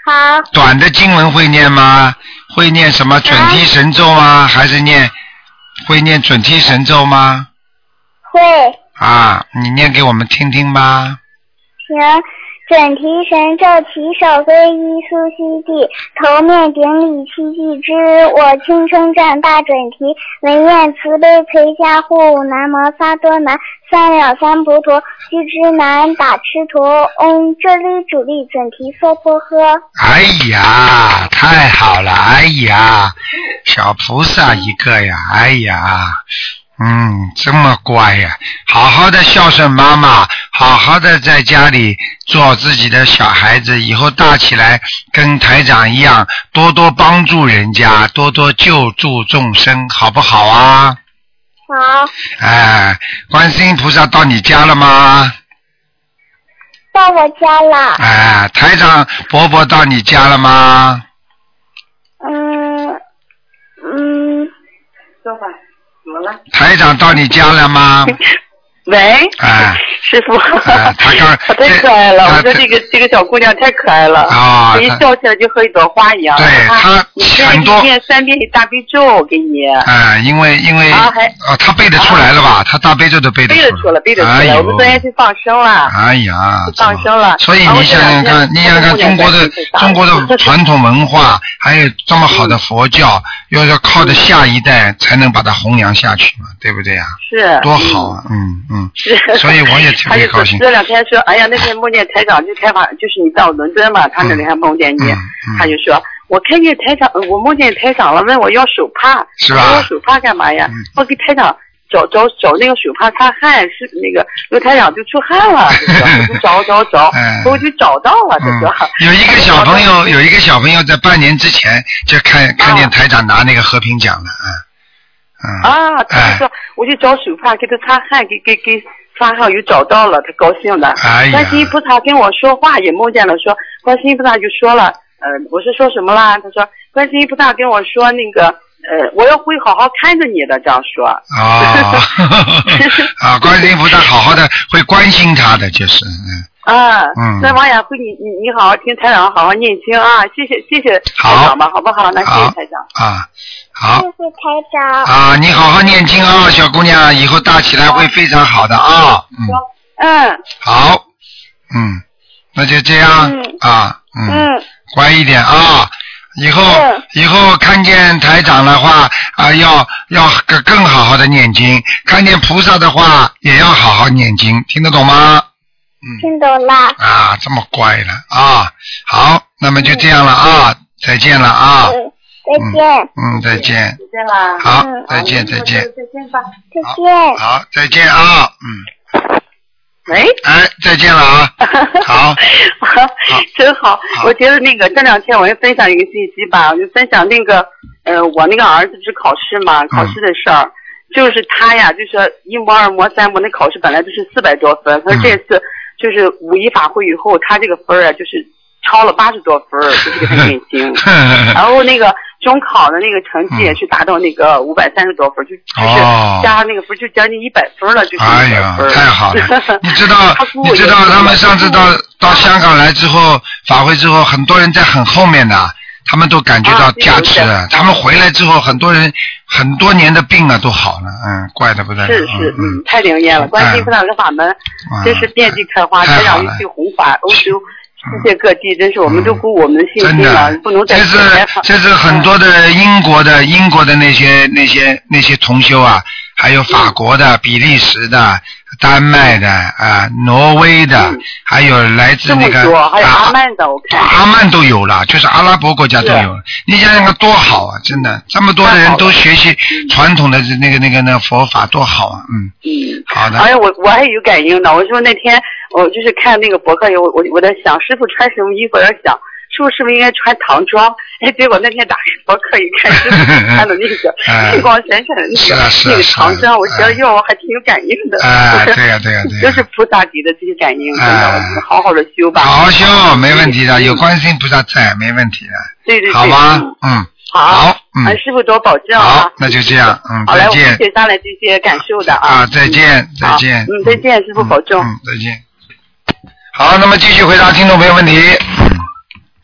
好。 短的经文会念吗？会念什么准提神咒吗？啊、还是念会念准提神咒吗？ 会。 啊，你念给我们听听吧。 行。准提神咒，起手归一，苏悉地，头面顶礼七记之，我轻称赞大准提，文愿慈悲垂加护，南无萨多南，三了三不陀，须知难打吃陀，嗡，这里主力准提娑婆诃。 哎呀，太好了！哎呀，小菩萨一个呀！哎呀。嗯，这么乖呀！好好的孝顺妈妈，好好的在家里做自己的小孩子，以后大起来跟台长一样，多多帮助人家，多多救助众生，好不好啊？ 好。 哎，观世音菩萨到你家了吗？ 到我家了。 哎，台长伯伯到你家了吗？ 嗯嗯， 说吧。怎么了？ 台长到你家了吗？ 喂， 哎， 师傅， 哎，他刚他太可爱了，我说这个这个小姑娘太可爱了啊， 一笑起来就和一朵花一样。 对她很多， 你念三遍大悲咒给你。 哎，因为因为啊还啊，他背得出来了吧？他大悲咒都背得背得出来，背得出来。我们昨天去放生了。 哎呀， 放生了。 所以你想想看，你想想看中国的中国的传统文化，还有这么好的佛教，要要靠着下一代才能把它弘扬下去嘛，对不对呀？ 是。 多好啊，嗯嗯。 是。 所以我也特别高兴。 这两天说，哎呀，那天梦见台长就开法，就是你到伦敦嘛，他那里还梦见你，他就说，我看见台长，我梦见台长了，问我要手帕， 是吧？ 要手帕干嘛呀？我给台长找找找那个手帕擦汗，是那个那个台长就出汗了，就找找找，我就找到了，这个。 有一个小朋友，有一个小朋友在半年之前就看看见台长拿那个和平奖了，嗯嗯。 啊，他就说，我就找手帕给他擦汗，给给给。发号又找到了，他高兴的。 哎呀！ 观世音菩萨跟我说话，也梦见了说，观世音菩萨就说了，呃，我是说什么啦？他说，观世音菩萨跟我说那个，呃，我要会好好看着你的，这样说。 哦，啊，观世音菩萨好好的会关心他的，就是嗯。 啊， 嗯。 那王雅慧，你你你好好听台长，好好念经啊！谢谢谢谢台长吧，好不好？那谢谢台长。 啊。好， 谢谢台长啊！你好好念经啊，小姑娘，以后大起来会非常好的啊。嗯。 嗯。 好，嗯，那就这样、 嗯、 啊，嗯， 嗯， 乖一点啊。以后、嗯、以后看见台长的话啊，要要更更好好的念经；看见菩萨的话，也要好好念经，听得懂吗？ 嗯。听懂了。 啊，这么乖了啊！好，那么就这样了啊，嗯、再见了啊。 嗯再见。 嗯，再见。 再见啦。 好，嗯、再见，再见。 再见吧。 再见。 好，再见啊。嗯。 喂。 哎，再见了啊。好。 好，真好。我觉得那个这两天我也分享一个信息吧，我就分享那个呃，我那个儿子不是考试嘛，考试的事儿、嗯，就是他呀，就是一模、二模、三模那考试本来都是四百多分，可是这次就是五一法会以后，他这个分啊就是。超了八十多分，就是给他念经，然后那个中考的那个成绩也是达到那个五百三十多分，就就是加那个分就将近一百分了，就是哎呀，太好了！你知道，你知道他们上次到到香港来之后，法会之后，很多人在很后面的，他们都感觉到加持了。啊、他们回来之后，很多人很多年的病啊都好了，嗯，怪得不得了。 是是，嗯，太灵验了！观世音菩萨的法门真是遍地开花，台长一去弘法，欧洲。世界各地真是我们都鼓舞我们的信心了、嗯，不能再。 这是这是很多的英国的英国的那些那些那些同修啊，还有法国的、嗯、比利时的、丹麦的啊、呃、挪威的、嗯，还有来自那个这么多还有阿曼的，我看阿曼都有了，就是阿拉伯国家都有了。你想想看多好啊！真的，这么多的人都学习传统的那个那个那个佛法，多好啊！嗯嗯， 好的。 哎呀，我我还有感应呢。我说那天我就是看那个博客，我我我在想师傅穿什么衣服，我在想。是不是不是应该穿唐装？哎，结果那天打开博客一看，师傅穿的那个金光闪闪的那个、啊、那个唐装，我觉得哟、哎、还挺有感应的。 啊，对呀、啊、对呀、啊、对呀、啊， 就是菩萨级的这些感应，真的，我们好好的修吧。 好好修，没问题的，有观世音菩萨在，没问题的。 对对对。 好吧，嗯。 好。 好，嗯。 师傅多保重啊。 好，那就这样，嗯，再见。好，来，我们写下来这些感受的啊。 啊，再见，再见。 嗯，再见，师傅保重。 嗯，再见。好，那么继续回答听众朋友问题。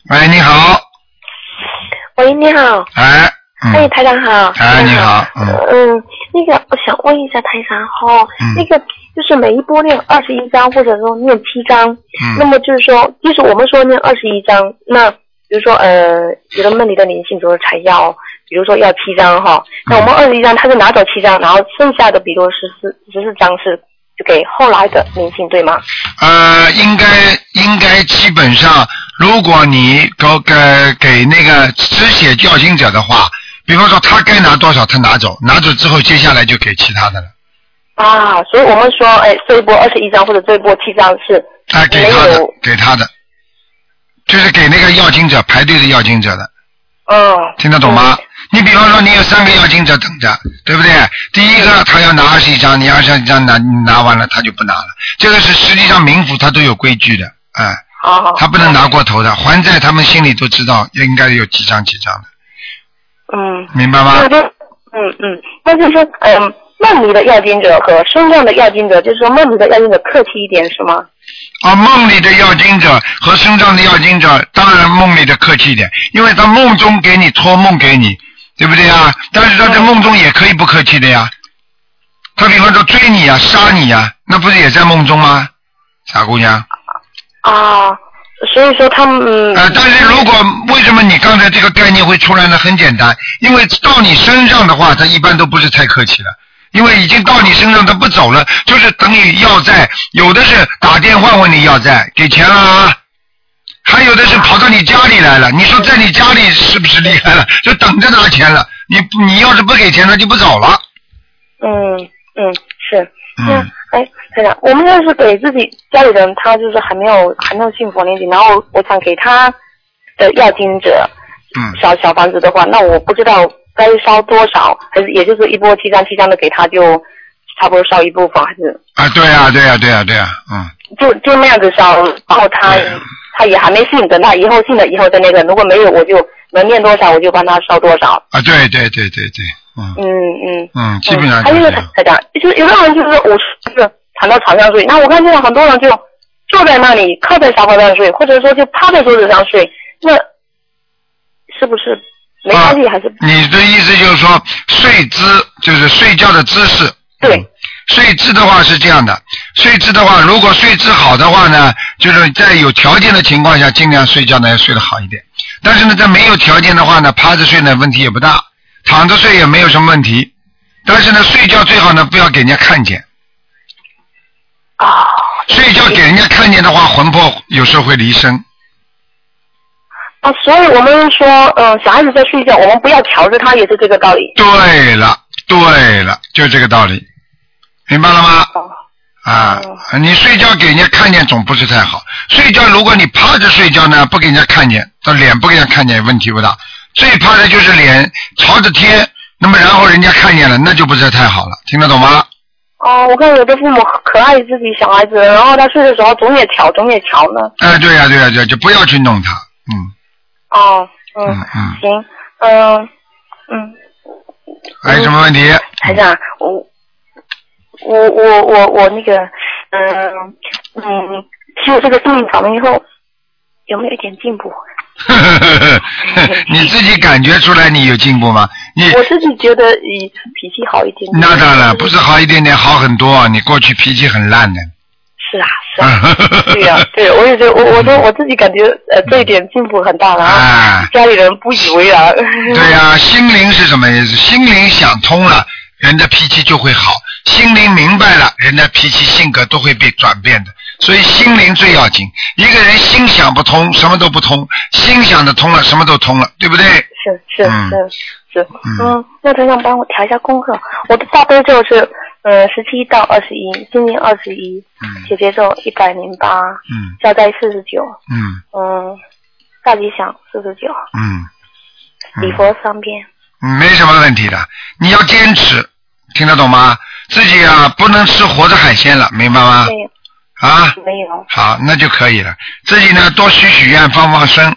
喂，你好。 喂，你好。 哎。嗯、 哎，台长好。 哎，你好。嗯。 嗯，那个我想问一下台长哈、嗯，那个就是每一波念二十一章，或者说念七章，嗯，那么就是说，即使我们说念二十一章，那比如说呃，有的梦里的灵性，比如才要，比如说要七章哈，那我们二十一章他就拿走七章，然后剩下的比如十四十四章是就给后来的灵性，对吗？ 呃，应该应该基本上，如果你给给给那个只写教经者的话。比方说他该拿多少他拿走，拿走之后接下来就给其他的了。 啊，所以我们说，哎，这一波二十一张或者这一波七张是啊，给他的，给他的，就是给那个要经者排队的要经者的。 嗯。 听得懂吗？嗯、你比方说你有三个要经者等着，对不对？第一个他要拿二十一张，你二十一张拿拿完了他就不拿了。这个是实际上冥府他都有规矩的，哎、嗯，他不能拿过头的，还债他们心里都知道应该有几张几张的。 嗯， 明白吗？ 嗯嗯，那就是说，嗯，梦里的要经者和身上的要经者，就是说梦里的要经者客气一点，是吗？ 啊，梦里的要经者和身上的要经者，当然梦里的客气一点，因为他梦中给你托梦给你，对不对啊？但是他在梦中也可以不客气的呀。他比方说追你呀、杀你呀，那不是也在梦中吗？傻姑娘。 啊。所以说他们呃，但是如果为什么你刚才这个概念会出来呢？很简单，因为到你身上的话，他一般都不是太客气了，因为已经到你身上，他不走了，就是等于要债，有的是打电话问你要债，给钱了啊，还有的是跑到你家里来了，你说在你家里是不是厉害了？就等着拿钱了，你你要是不给钱，他就不走了。 嗯嗯，是。嗯。哎，台长，我们要是给自己家里人，他就是还没有还没有信佛年纪，然后我想给他的要经者，嗯，小小房子的话，那我不知道该烧多少，还是也就是一波七张七张的给他就差不多烧一部分，还是？ 啊，对啊，对啊，对啊，对啊，嗯。 就就那样子烧，然后他他也还没信，等他以后信了以后再那个，如果没有我就能念多少我就帮他烧多少。 啊，对对对对对。嗯嗯嗯嗯，基本上还有一个台长，就是有的人就是我是躺到床上睡，那我看现在很多人就坐在那里靠在沙发上睡，或者说就趴在桌子上睡，那是不是没关系、啊、还是？ 你的意思就是说睡姿就是睡觉的姿势？ 对、 嗯，睡姿的话是这样的，睡姿的话，如果睡姿好的话呢，就是在有条件的情况下尽量睡觉呢要睡得好一点，但是呢在没有条件的话呢，趴着睡呢问题也不大。躺着睡也没有什么问题，但是呢，睡觉最好呢不要给人家看见。 啊。 睡觉给人家看见的话，魂魄有时候会离身。 啊，所以我们说，嗯、呃，小孩子在睡觉，我们不要调着他，也是这个道理。 对了，对了，就这个道理，明白了吗？ 哦。 啊，你睡觉给人家看见总不是太好。睡觉如果你趴着睡觉呢，不给人家看见，他脸不给人家看见，问题不大。最怕的就是脸朝着天，那么然后人家看见了，那就不是太好了，听得懂吗？ 哦，我看有的父母可爱自己小孩子，然后他睡的时候总也调，总也调呢。 哎，对呀、啊，对呀、啊，对呀、啊，就不要去弄他，嗯。 哦，嗯嗯嗯， 行，嗯嗯。 还有什么问题？ 台长，我我我我我那个，嗯嗯，修这个心灵法门以后，有没有一点进步？ 你自己感觉出来你有进步吗？你我自己觉得脾气好一点点。 那当然不是好一点点，好很多。你过去脾气很烂的。 是啊，是啊，对呀、啊，对，我也觉得我我说我自己感觉呃这一点进步很大了啊，家里人不以为然。 对呀、啊，心灵是什么意思？心灵想通了，人的脾气就会好；心灵明白了，人的脾气性格都会被转变的。所以心灵最要紧，一个人心想不通，什么都不通；心想得通了，什么都通了，对不对？ 是是是是，嗯，那台长帮我调一下功课，我的大悲咒是嗯十七到二十一，心经二十一，嗯，姐姐咒一百零八，嗯，消灾四十九， 嗯嗯，大吉祥四十九， 嗯， 礼佛三遍， 嗯，没什么问题的，你要坚持，听得懂吗？自己啊不能吃活的海鲜了，明白吗？ 对。 啊， 没有。 好，那就可以了。自己呢，多许许愿，放放生。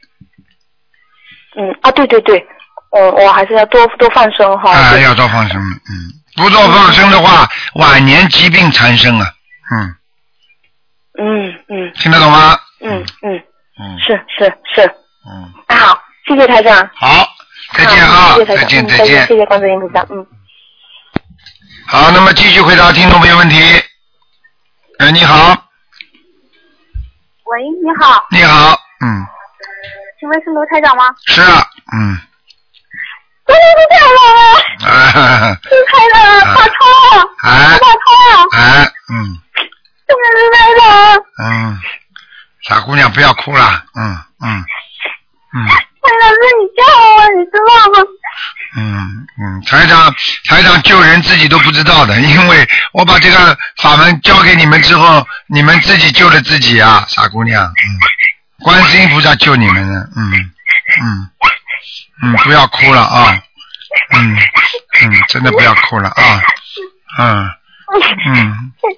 嗯啊，对对对，嗯，我还是要多多放生哈。 啊，要多放生，嗯，不多放生的话，晚年疾病缠身啊， 嗯。嗯嗯。 听得懂吗？ 嗯嗯嗯。 是是是。 嗯。 啊好，谢谢台长。 好，再见啊！ 谢谢台长， 再见嗯、 再见。 谢谢观世音菩萨，嗯。 好，那么继续回答听众朋友问题。哎，你好。 喂，你好。 你好，嗯。 请问是卢台长吗？ 是啊，嗯。 卢台长， 啊。 卢台长，打通了， 哎。 打通了。 哎，嗯。 这个卢台长。 嗯，傻姑娘不要哭了，嗯嗯嗯。 台长，是你叫我，你知道吗？ 嗯嗯，台长台长救人自己都不知道的，因为我把这个法门交给你们之后，你们自己救了自己啊，傻姑娘。嗯，观世音菩萨救你们的，嗯嗯嗯，不要哭了啊，嗯嗯，真的不要哭了啊，嗯嗯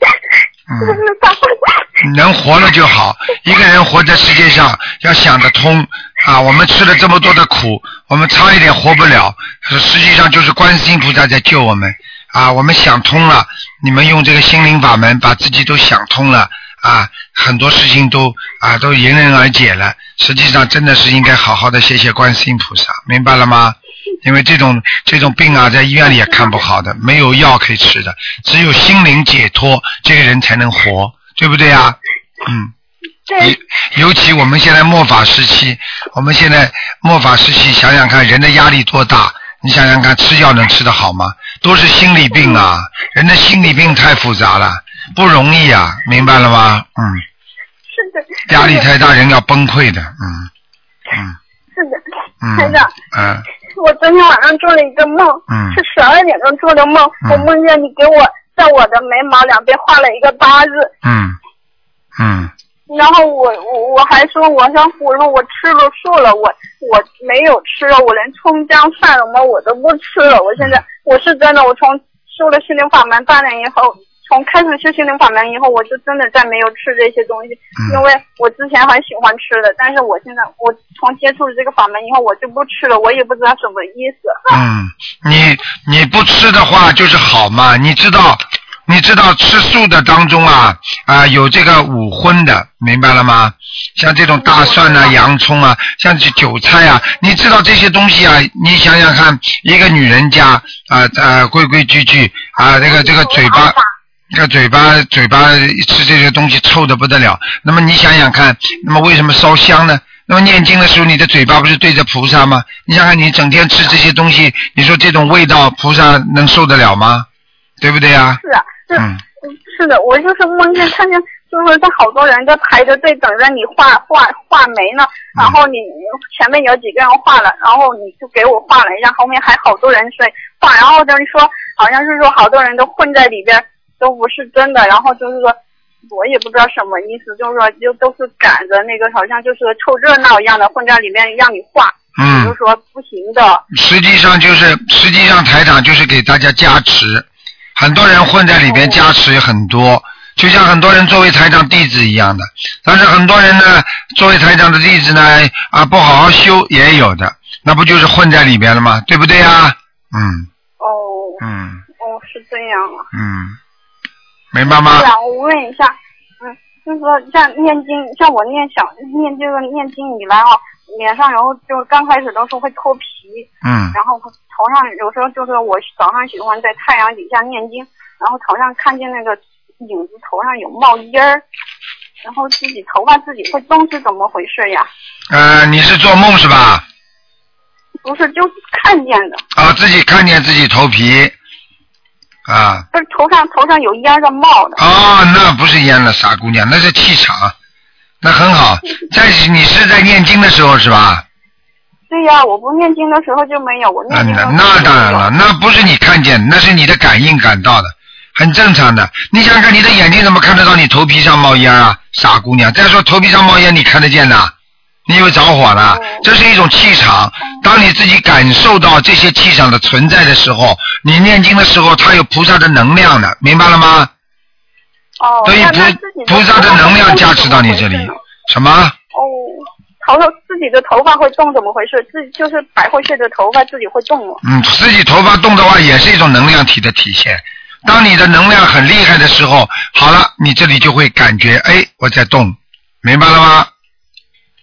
嗯，能活了就好。一个人活在世界上要想得通啊！我们吃了这么多的苦，我们差一点活不了，实际上就是观世音菩萨在救我们啊！我们想通了，你们用这个心灵法门把自己都想通了啊，很多事情都啊都迎刃而解了。实际上真的是应该好好的谢谢观世音菩萨，明白了吗？因为这种这种病啊，在医院里也看不好的，没有药可以吃的，只有心灵解脱，这个人才能活，对不对啊？嗯。 对。 尤其我们现在末法时期，我们现在末法时期，想想看，人的压力多大？你想想看，吃药能吃得好吗？都是心理病啊，人的心理病太复杂了，不容易啊，明白了吗？嗯。 是的。 压力太大，人要崩溃的，嗯嗯。 是的。 嗯。 台长。 嗯。 我昨天晚上做了一个梦， 嗯、 是十二点钟做的梦、嗯。我梦见你给我在我的眉毛两边画了一个八字。 嗯嗯。 然后我我我还说，我想我说我吃了素了，我我没有吃了，我连葱姜蒜什么我都不吃了。我现在我是真的，我从修了心灵法门八年以后。从开始修心灵法门以后，我就真的再没有吃这些东西、嗯，因为我之前很喜欢吃的，但是我现在我从接触了这个法门以后，我就不吃了，我也不知道什么意思。 嗯，你你不吃的话就是好嘛，你知道你知道吃素的当中啊啊、呃、有这个五荤的，明白了吗？像这种大蒜啊、洋葱啊，像这韭菜啊，你知道这些东西啊？你想想看，一个女人家啊呃规规矩矩啊，这个这个嘴巴。这个嘴巴嘴巴吃这些东西臭得不得了，那么你想想看，那么为什么烧香呢？那么念经的时候你的嘴巴不是对着菩萨吗？你想想你整天吃这些东西，你说这种味道菩萨能受得了吗？对不对呀？ 是啊，是、 嗯、 是的，我就是梦见看见就是在好多人在排着队等着你画画画眉呢，然后你前面有几个人画了，然后你就给我画了一下，后面还好多人在画，然后就是说好像是说好多人都混在里边。都不是真的，然后就是说，我也不知道什么意思，就是说，就都是赶着那个，好像就是凑热闹一样的，混在里面让你画， 嗯， 就是说不行的。 实际上就是，实际上台长就是给大家加持，很多人混在里边加持也很多，哦、就像很多人作为台长弟子一样的，但是很多人呢，作为台长的弟子呢，啊，不好好修也有的，那不就是混在里边了吗？对不对呀？嗯。 哦。 嗯。 哦，是这样啊。 嗯。明白吗？ 对啊，我问一下，嗯，就是说像念经，像我念小念这个念经以来啊，脸上然后就刚开始都是会脱皮， 嗯， 然后头上有时候就是我早上喜欢在太阳底下念经，然后头上看见那个影子头上有冒烟儿，然后自己头发自己会动，是怎么回事呀？ 呃，你是做梦是吧？ 不是，就是看见的。 啊，自己看见自己头皮。啊， 不是头上头上有烟在冒的。 哦，那不是烟了，傻姑娘，那是气场，那很好。在你是在念经的时候是吧？ 对呀、啊，我不念经的时候就没有，我念经的时候就那那当然了，那不是你看见，那是你的感应感到的，很正常的。你想想看，你的眼睛怎么看得到你头皮上冒烟啊，傻姑娘？再说头皮上冒烟，你看得见的？你以为着火了？这是一种气场。当你自己感受到这些气场的存在的时候，你念经的时候，它有菩萨的能量的，明白了吗？ 哦。 所以菩菩萨的能量加持到你这里。什么？ 哦，头头自己的头发会动，怎么回事？自己就是白会血的头发自己会动了。 嗯，自己头发动的话，也是一种能量体的体现。当你的能量很厉害的时候，好了，你这里就会感觉，哎，我在动，明白了吗？ 哦，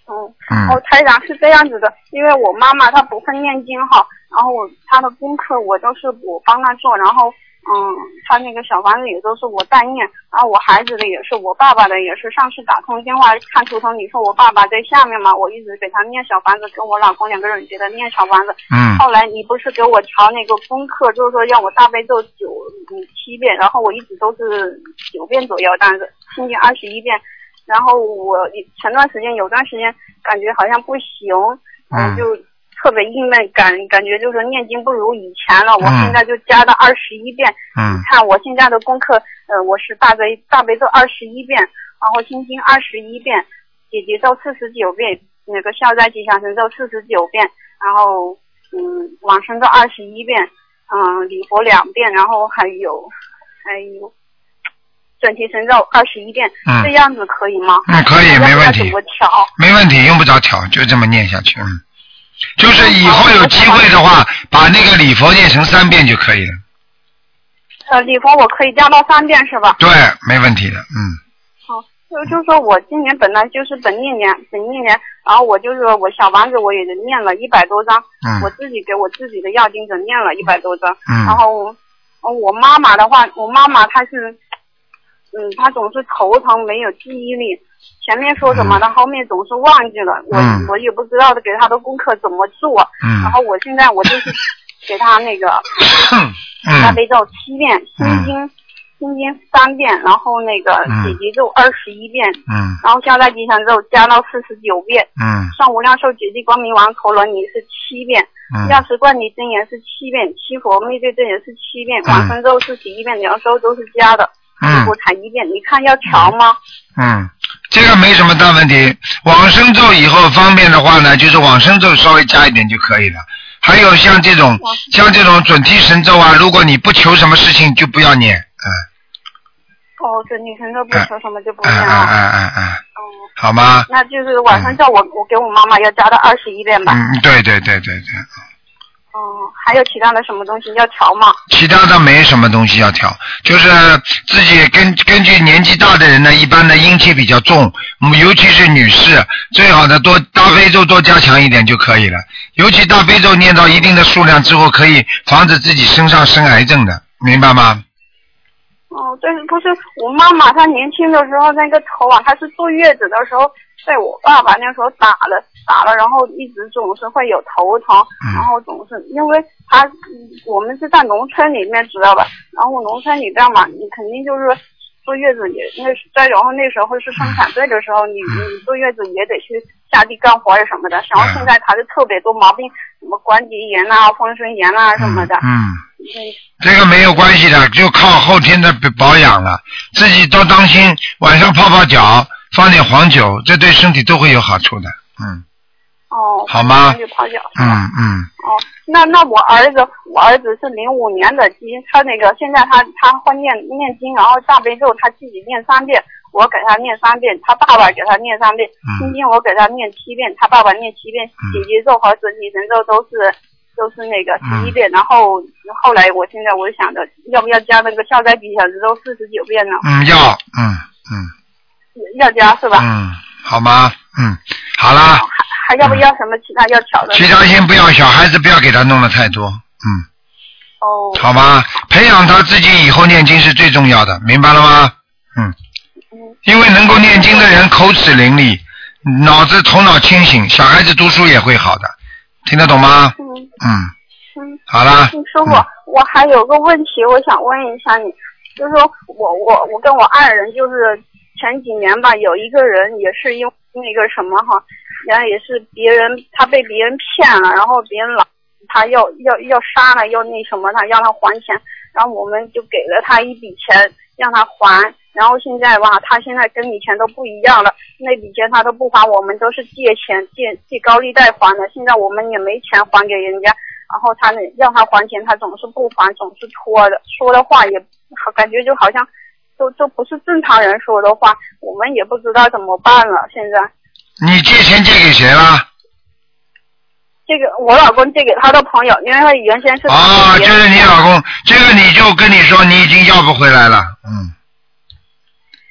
嗯。 哦，台长是这样子的，因为我妈妈她不会念经哈，然后她的功课我都是我帮她做，然后嗯，她那个小房子也都是我代念，然后我孩子的也是，我爸爸的也是。上次打通电话看图腾，你说我爸爸在下面嘛，我一直给他念小房子，跟我老公两个人给他念小房子。 嗯。 后来你不是给我调那个功课，就是说让我大悲咒九嗯七遍，然后我一直都是九遍左右，但是心经二十一遍。然后我前段时间有段时间感觉好像不行，嗯，就特别郁闷，感感觉就是念经不如以前了。我现在就加到二十一遍。 嗯。 你看我现在的功课，呃，我是大悲大悲咒二十一遍，然后心经二十一遍，解结咒四十九遍，那个消灾吉祥神咒四十九遍，然后嗯往生咒二十一遍，嗯礼佛两遍，然后还有还有。准提神咒二十一遍，嗯，这样子可以吗？ 嗯，可以，没问题。 怎么调？ 没问题，用不着调，就这么念下去。嗯，就是以后有机会的话，把那个礼佛念成三遍就可以了。 呃，礼佛我可以加到三遍是吧？ 对，没问题的，嗯。 好，就就是说我今年本来就是本命年，本命年，然后我就是我小房子我也念了一百多张， 嗯， 我自己给我自己的要经者念了一百多张， 嗯， 然后我妈妈的话，我妈妈她是。嗯，他总是头疼，没有记忆力。前面说什么，他、嗯、后面总是忘记了。我、嗯、我也不知道给他的功课怎么做。 嗯。 然后我现在我就是给他那个大悲咒七遍，心经、嗯、心经三遍，然后那个解结咒二十一遍。 嗯。 然后消灾吉祥咒加到四十九遍。 嗯。 上无量寿决定光明王陀罗尼是七遍。 嗯。 药师灌顶真言是七遍，七佛灭罪真言是七遍，往生咒四十一遍，两周都是加的。 嗯， 我才一遍，你看要调吗？ 嗯，这个没什么大问题。往生咒以后方便的话呢，就是往生咒稍微加一点就可以了。还有像这种像这种准提神咒啊，如果你不求什么事情就不要念，嗯。 哦，准提神咒不求什么就不念了。 嗯嗯嗯嗯。嗯。好吗？ 那就是往生咒我、嗯、我给我妈妈要加到二十一遍吧。 嗯，对对对对对。 哦、嗯，还有其他的什么东西要调吗？ 其他的没什么东西要调，就是自己根根据年纪大的人呢，一般的阴气比较重，尤其是女士，最好的多大悲咒多加强一点就可以了。尤其大悲咒念到一定的数量之后，可以防止自己身上生癌症的，明白吗？ 哦，对，不是我妈妈，她年轻的时候那个头啊，她是坐月子的时候被我爸爸那时候打了打了，然后一直总是会有头疼， 嗯、 然后总是因为他我们是在农村里面知道吧，然后农村里边嘛，你肯定就是坐月子也那再然后那时候是生产队的时候，你你坐月子也得去下地干活呀什么的，然后现在他是特别多毛病，什么关节炎啊、风湿炎啊什么的。 嗯。嗯这个没有关系的，就靠后天的保养了，自己多当心，晚上泡泡脚，放点黄酒，这对身体都会有好处的。嗯。 哦。 好吗？ 就泡脚。 嗯嗯。 哦，那那我儿子，我儿子是零五年的基因，他那个现在他他会念念经，然后大悲咒他自己念三遍，我给他念三遍，他爸爸给他念三遍，心经我给他念七遍，他爸爸念七遍，解结咒和准提神咒都是。都是那个十一遍、嗯，然后后来我现在我就想着要不要加那个消灾吉祥神咒四十九遍呢？ 嗯，要，嗯嗯， 要加是吧？ 嗯，好吗？嗯，好啦。 还还要不要什么其他要调的？ 其他先不要，小孩子不要给他弄得太多，嗯。 哦。 好吗？培养他自己以后念经是最重要的，明白了吗？嗯。嗯。因为能够念经的人口齿伶俐，脑子头脑清醒，小孩子读书也会好的。听得懂吗？ 嗯嗯嗯， 好了。 师傅、嗯，我还有个问题，我想问一下你，就是说我我我跟我爱人就是前几年吧，有一个人也是因为那个什么哈，然后也是别人他被别人骗了，然后别人老他要要要杀了要那什么他让他还钱，然后我们就给了他一笔钱让他还。然后现在吧，他现在跟以前都不一样了，那笔钱他都不还，我们都是借钱借借高利贷还的，现在我们也没钱还给人家，然后他让他还钱，他总是不还，总是拖的，说的话也感觉就好像都都不是正常人说的话，我们也不知道怎么办了。现在你借钱借给谁了？ 这个我老公借给他的朋友，因为他原先是啊，就是你老公，这个你就跟你说你已经要不回来了，嗯。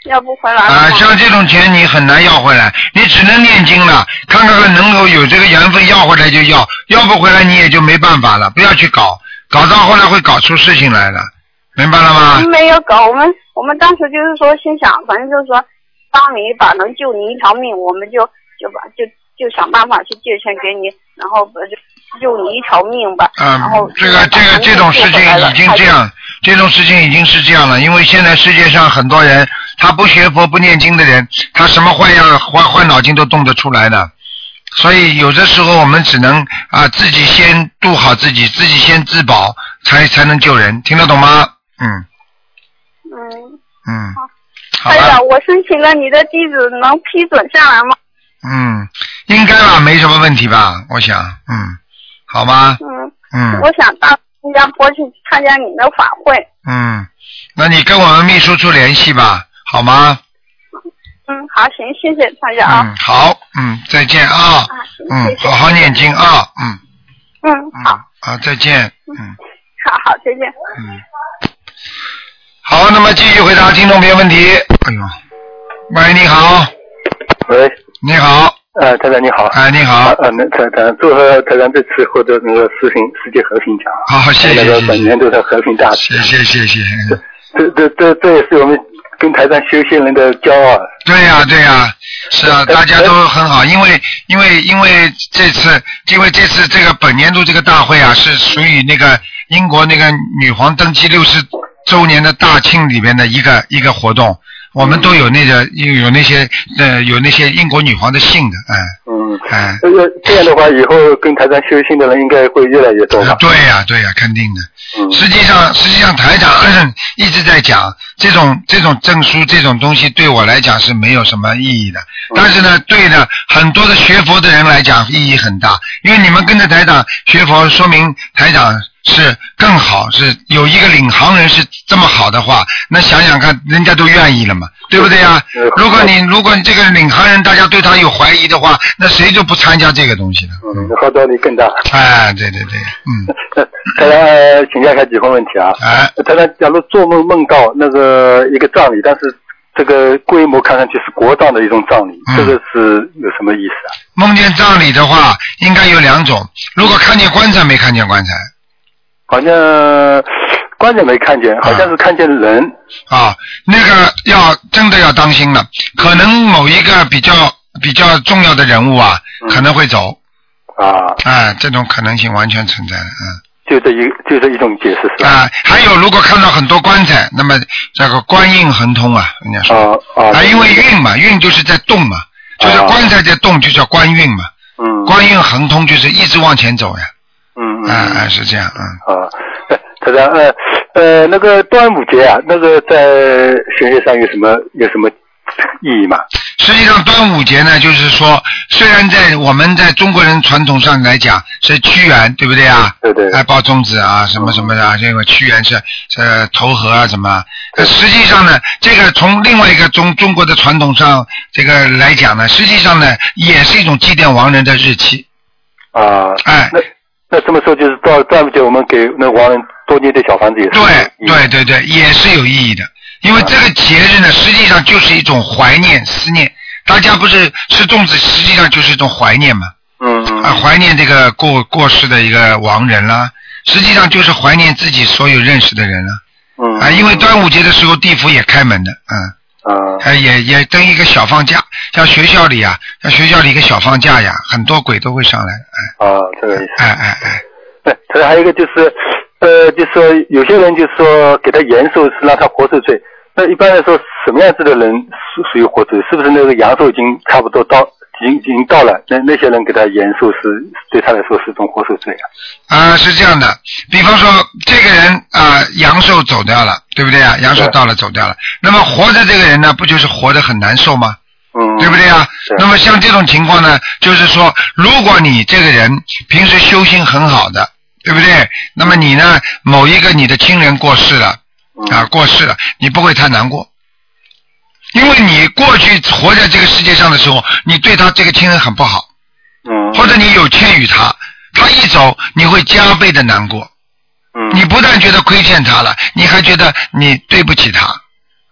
要不回来了啊，像这种钱你很难要回来，你只能念经了，看看能够有这个缘分要回来就要，要不回来你也就没办法了，不要去搞，搞到后来会搞出事情来了，明白了吗？ 没有搞，我们我们当时就是说心想，反正就是说，帮你一把能救你一条命，我们就就把就就想办法去借钱给你，然后就救你一条命吧。 嗯， 然后这个这个这种事情已经这样，这种事情已经是这样了，因为现在世界上很多人，他不学佛不念经的人，他什么坏样坏坏脑筋都动得出来的。所以有的时候我们只能啊自己先度好自己，自己先自保，才才能救人，听得懂吗？嗯。 嗯。 嗯。好。 哎呀，我申请了你的地址，能批准下来吗？ 嗯，应该吧，没什么问题吧，我想，嗯，好吗？ 嗯。 嗯。 我想到新加坡去参加你的法会。 嗯，那你跟我们秘书处联系吧，好吗？ 嗯，好，行，谢谢参加啊。 嗯，好，嗯，再见啊。 啊嗯， 谢谢好好念经啊，嗯。 嗯，好。 啊，再见，嗯。 好好，再见。 嗯。好，那么继续回答听众朋友问题。哎呦，喂，你好。 喂。 你好。 呃，台长你好。 哎，你好。 呃，那台长祝贺台长这次获得那个世平世界和平奖。 好，谢谢。 那个本年度的和平大使。 谢谢谢谢。 这这这这也是我们跟台上修仙人的骄傲。 对呀、啊、对呀、啊，是啊，大家都很好，因为因为因为这次因为这次这个本年度这个大会啊，是属于那个英国那个女皇登基六十周年的大庆里边的一个一个活动，我们都有那个有那些呃有那些英国女皇的姓的，哎、 嗯， 哎， 这个这样的话，以后跟台上修行的人应该会越来越多吧？ 对呀、啊、对呀、啊，肯定的。 嗯、 实际上实际上台长一直在讲这种这种证书这种东西对我来讲是没有什么意义的，但是呢对呢很多的学佛的人来讲意义很大，因为你们跟着台长学佛，说明台长是更好，是有一个领航人是这么好的话，那想想看人家都愿意了嘛，对不对呀、啊？如果你如果你这个领航人大家对他有怀疑的话，那谁就不参加这个东西了。 嗯，号召力更大。 哎，对对对，嗯。 台长、呃、请教一下几个问题啊。 哎。 台长，假如做梦梦到那个一个葬礼，但是这个规模看上去是国葬的一种葬礼， 嗯、 这个是有什么意思啊？ 梦见葬礼的话，应该有两种。如果看见棺材，没看见棺材。 好像棺材没看见，好像是看见人。 啊，那个要真的要当心了，可能某一个比较比较重要的人物啊，嗯、可能会走。 啊。 哎，这种可能性完全存在的，嗯。 就这一就这一种解释是吧？ 啊，还有如果看到很多棺材，那么这个官运亨通啊，人家说。啊啊。啊，因为运嘛，运就是在动嘛，就是棺材在动，就叫官运嘛。嗯。官运亨通就是一直往前走呀。 嗯嗯。 啊啊，是这样，嗯。 啊，台长，呃呃，那个端午节啊，那个在玄学上有什么有什么意义吗？ 实际上端午节呢，就是说，虽然在我们在中国人传统上来讲是屈原，对不对啊？ 对对。 哎，抱粽子啊，什么什么的、啊，这个屈原是是投河啊，什么？可实际上呢，这个从另外一个中中国的传统上这个来讲呢，实际上呢，也是一种祭奠亡人的日期。 啊。 哎。 那那这么说就是到端午节，我们给那亡人多建点小房子也是。 对对对对，也是有意义的。因为这个节日呢，实际上就是一种怀念、思念。大家不是吃粽子，实际上就是一种怀念嘛。 嗯嗯。 啊，怀念这个过过世的一个亡人啦，实际上就是怀念自己所有认识的人啦。 嗯。 啊，因为端午节的时候，地府也开门的，嗯。 啊。 啊，也也登一个小放假，像学校里啊，像学校里一个小放假呀，很多鬼都会上来， 哎。啊，这个意思。 哎哎哎。 对，这还有一个就是。呃，就是说有些人就是说给他延寿是让他活受罪，那一般来说什么样子的人属属于活受罪？是不是那个阳寿已经差不多到，已经已经到了？那那些人给他延寿是对他来说是一种活受罪啊？ 啊、呃，是这样的，比方说这个人啊、呃、阳寿走掉了，对不对啊？阳寿到了走掉了，那么活着这个人呢，不就是活得很难受吗？ 嗯， 对不对啊？那么像这种情况呢，就是说，如果你这个人平时修心很好的。对不对？那么你呢？某一个你的亲人过世了，啊，过世了，你不会太难过，因为你过去活在这个世界上的时候，你对他这个亲人很不好， 嗯， 或者你有欠于他，他一走，你会加倍的难过， 嗯， 你不但觉得亏欠他了，你还觉得你对不起他，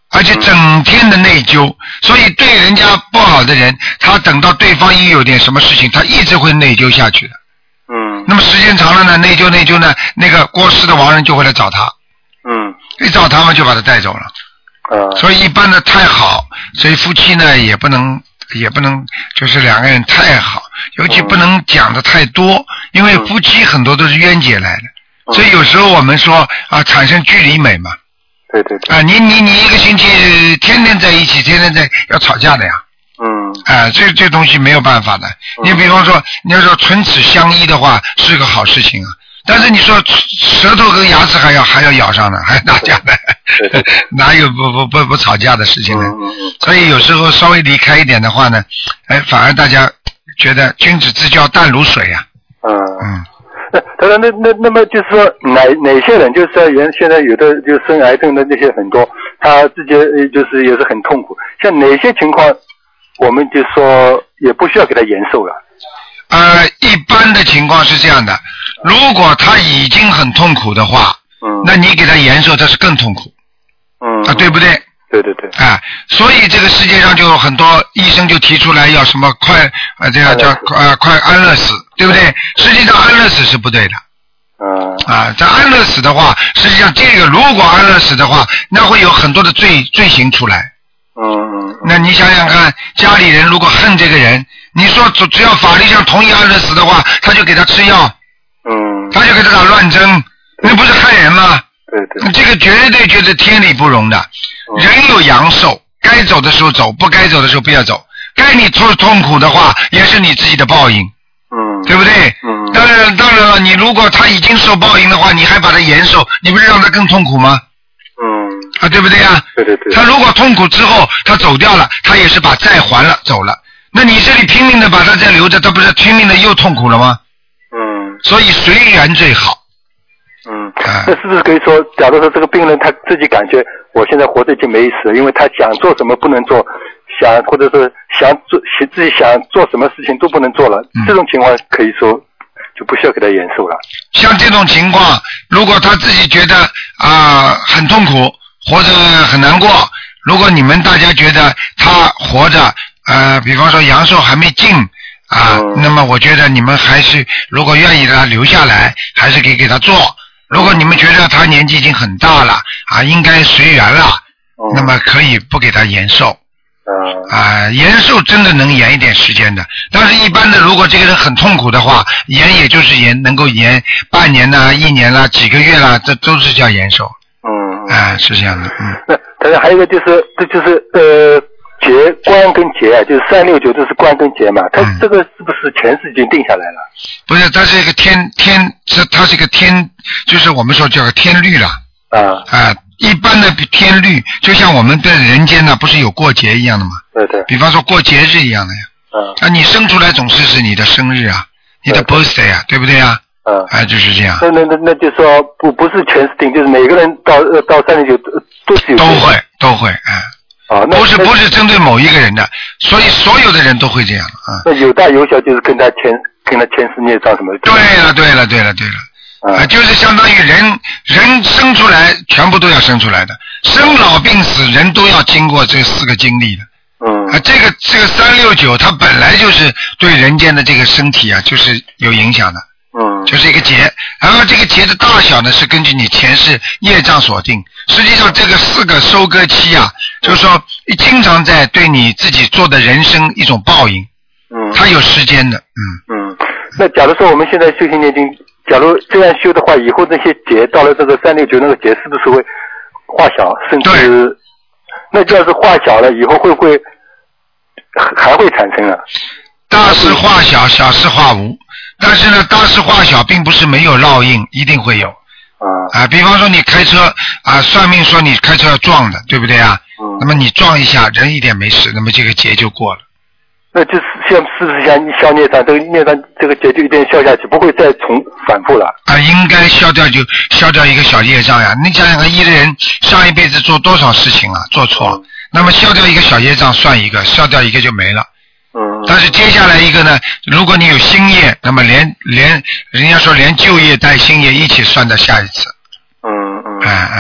而且整天的内疚，所以对人家不好的人，他等到对方一有点什么事情，他一直会内疚下去的。 嗯。 那么时间长了呢，内疚内疚呢，那个过世的亡人就会来找他。 嗯。 一找他们就把他带走了。 嗯。 所以一般的太好，所以夫妻呢也不能也不能就是两个人太好，尤其不能讲的太多，因为夫妻很多都是冤结来的。嗯、所以有时候我们说啊，产生距离美嘛。 对对对。 啊，你你你一个星期天天在一起，天天在要吵架的呀。 嗯。 啊，这这东西没有办法的。嗯、你比方说，你要说唇齿相依的话，是个好事情啊。但是你说舌头跟牙齿还要还要咬上呢，还打架呢，哪有不不不不吵架的事情呢？嗯、所以有时候稍微离开一点的话呢，哎，反而大家觉得君子之交淡如水呀、啊。嗯嗯。 那他说那那那么就是说哪哪些人就是说原现在有的就生癌症的那些很多，他自己就是也是很痛苦，像哪些情况我们就说也不需要给他延寿了。 呃，一般的情况是这样的，如果他已经很痛苦的话，嗯，那你给他延寿，他是更痛苦， 嗯啊，对不对？ 对对对。 啊，所以这个世界上就有很多医生就提出来要什么快啊，这样叫呃快安乐死，对不对？实际上安乐死是不对的。 嗯。 啊，在安乐死的话，实际上这个如果安乐死的话，那会有很多的罪罪行出来。 嗯嗯。 那你想想看，家里人如果恨这个人，你说只只要法律上同意安乐死的话，他就给他吃药， 嗯， 他就给他打乱针，那不是害人吗？ 对对。 这个绝对觉得天理不容的。嗯、人有阳寿，该走的时候走，不该走的时候不要走。该你痛痛苦的话，也是你自己的报应。 嗯。 对不对？ 嗯。 当然，当然了，你如果他已经受报应的话，你还把他延寿，你不是让他更痛苦吗？ 嗯。 啊，对不对呀？ 对对对。 他如果痛苦之后，他走掉了，他也是把债还了，走了。那你这里拼命的把他再留着，他不是拼命的又痛苦了吗？ 嗯。 所以随缘最好。 嗯。那是不是可以说，假如说这个病人他自己感觉我现在活着已经没意思了，因为他想做什么不能做，想或者是想做自己想做什么事情都不能做了，嗯、这种情况可以说就不需要给他延寿了。 像这种情况，如果他自己觉得啊、呃、很痛苦，活着很难过，如果你们大家觉得他活着呃，比方说阳寿还没尽啊、嗯，那么我觉得你们还是如果愿意让他留下来，还是可以给他做。如果你们觉得他年纪已经很大了啊，应该随缘了，嗯、那么可以不给他延寿。 嗯、 啊，延寿真的能延一点时间的，但是一般的，如果这个人很痛苦的话，延也就是延能够延半年啦、一年啦、几个月啦，这都是叫延寿。 嗯。 啊，是这样的，嗯。 那但是还有一个就是，这就是呃劫关跟劫，就是三六九，这是关跟劫嘛？它这个是不是前世已经定下来了？ 不是，它是一个天天，这它是一个天，就是我们说叫个天律了。 啊。 啊。一般的天律就像我们在人间呢，不是有过节一样的吗？ 对对。 比方说过节日一样的呀。 嗯。 啊，你生出来总是是你的生日啊，你的 birthday 啊，对不对啊？ 嗯。 啊，就是这样。 那那那那就说不不是全是定，就是每个人到呃到三十九都是有。 都会都会啊。 啊，那不是不是针对某一个人的，所以所有的人都会这样啊。 那有大有小就是跟他前跟他前世孽障什么的。 对了对了对了对了。啊，就是相当于人人生出来全部都要生出来的，生老病死人都要经过这四个经历的。 嗯。 啊，这个这个三六九它本来就是对人间的这个身体啊，就是有影响的。 嗯。 就是一个劫，然后这个劫的大小呢是根据你前世业障所定。实际上这个四个收割期啊，就是说经常在对你自己做的人生一种报应。 嗯。 它有时间的，嗯。 嗯。那假如说我们现在修行念经，假如这样修的话，以后那些劫到了这个三六九那个劫，是不是会化小，甚至那要是化小了，以后会不会还会产生啊？ 大事化小，小事化无。但是呢，大事化小并不是没有烙印，一定会有。 啊。 啊，比方说你开车啊，算命说你开车要撞的，对不对啊？ 嗯。 那么你撞一下，人一点没事，那么这个劫就过了。 那就是像是不是像消孽障，这个孽障这个劫就一定消下去，不会再重反复了。 啊，应该消掉就消掉一个小业障呀。你想想看，一个人上一辈子做多少事情啊，做错，嗯、那么消掉一个小业障算一个，消掉一个就没了。 嗯。 但是接下来一个呢，如果你有新业，那么连连人家说连旧业带新业一起算到下一次。 嗯嗯。 哎哎。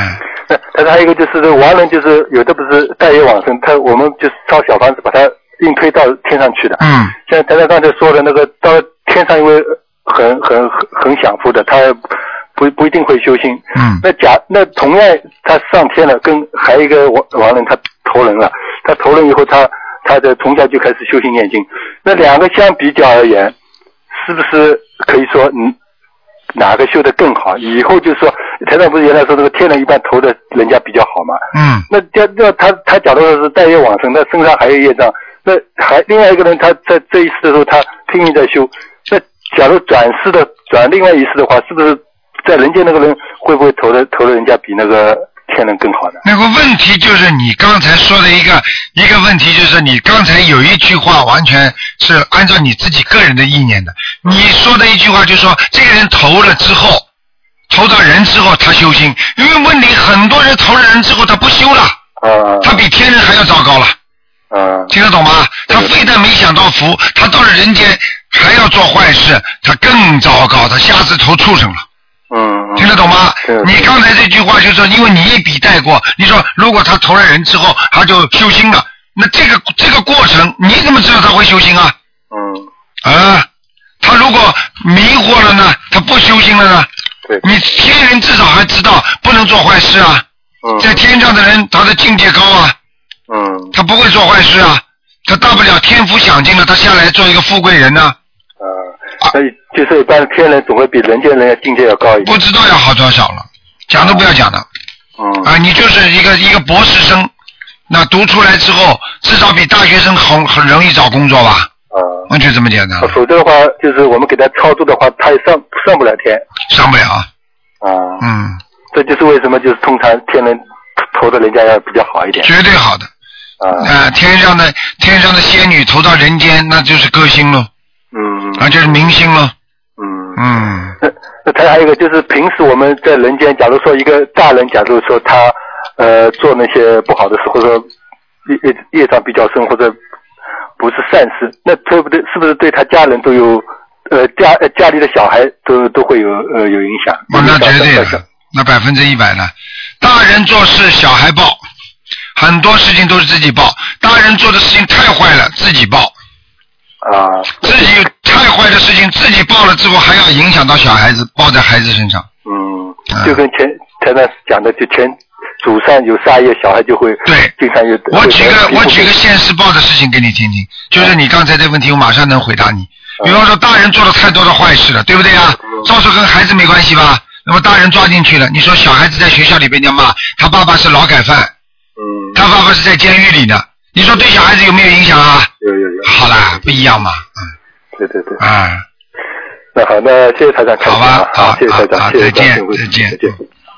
但是还有一个就是这个亡人，就是有的不是带业往生，他我们就是烧小房子把他硬推到天上去的。 嗯。 像台长刚才说的那个到天上，因为很很很很享福的，他不不一定会修心。 嗯。 那假那同样他上天了，跟还有一个亡亡人他投人了，他投人以后他他的从小就开始修心念经，那两个相比较而言，是不是可以说嗯哪个修得更好？以后就是说台长不是原来说这个天人一般投的人家比较好嘛？ 嗯。 那这那他他假如说是带业往生，那身上还有业障，那还另外一个人他在这一世的时候他拼命在修，那假如转世的转另外一世的话，是不是在人间那个人会不会投的投的人家比那个天人更好呢？ 那个问题就是你刚才说的一个一个问题，就是你刚才有一句话完全是按照你自己个人的意念的。你说的一句话就是说，这个人投了之后，投到人之后他修心，因为问题很多人投了人之后他不修了， 啊， 他比天人还要糟糕了。 啊， 听得懂吗？他非但没享到福，他到了人间还要做坏事，他更糟糕，他下次投畜生了。 嗯， 听得懂吗？你刚才这句话就是说，因为你一笔带过，你说如果他投了人之后，他就修心了，那这个这个过程，你怎么知道他会修心啊？ 嗯， 啊，他如果迷惑了呢，他不修心了呢？ 对， 你天人至少还知道不能做坏事啊。 嗯， 在天上的人，他的境界高啊。 嗯， 他不会做坏事啊，他大不了天福享尽了，他下来做一个富贵人呢、啊。 啊，所以就是一般天人总会比人间人境界要高一点。 不知道要好多少了，讲都不要讲的。 嗯。 啊，你就是一个一个博士生，那读出来之后，至少比大学生很很容易找工作吧？ 啊。 那就这么简单。 否则的话，就是我们给他操作的话，他也上上不了天。 上不了。 啊。 嗯。 这就是为什么就是通常天人投的人家要比较好一点。 绝对好的。 啊、 呃，天上的天上的仙女投到人间，那就是歌星了， 嗯， 那就是明星了， 嗯嗯。 那那他还有一个就是平时我们在人间，假如说一个大人，假如说他呃做那些不好的事，或者说业业障比较深，或者不是善事，那对不对？是不是对他家人都有呃家家里的小孩都都会有呃有影响？ 哦，那绝对的，那百分之一百的，大人做事小孩报。很多事情都是自己报，大人做的事情太坏了，自己报。 啊。 自己太坏的事情自己报了之后，还要影响到小孩子，报在孩子身上。 嗯。啊、就跟前前面讲的，就前祖上有杀业，小孩就会对经常有。 我举个我举个现世报的事情给你听听，就是你刚才这问题，我马上能回答你。比方说，大人做了太多的坏事了，对不对啊？照说跟孩子没关系吧？那么大人抓进去了，你说小孩子在学校里被人家骂，他爸爸是劳改犯。 嗯， 他爸爸是在监狱里呢，你说对小孩子有没有影响啊？ 有有有。 好啦，不一样嘛，嗯。 对对对。 啊。 那好，那谢谢台长开始。 好吧， 好，谢谢台长，谢谢再见，再见， 再见。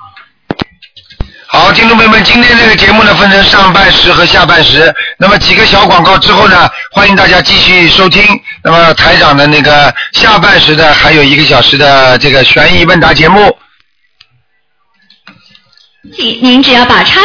好，听众朋友们，今天这个节目呢分成上半时和下半时，那么几个小广告之后呢，欢迎大家继续收听。那么台长的那个下半时的还有一个小时的这个悬疑问答节目。 您只要把插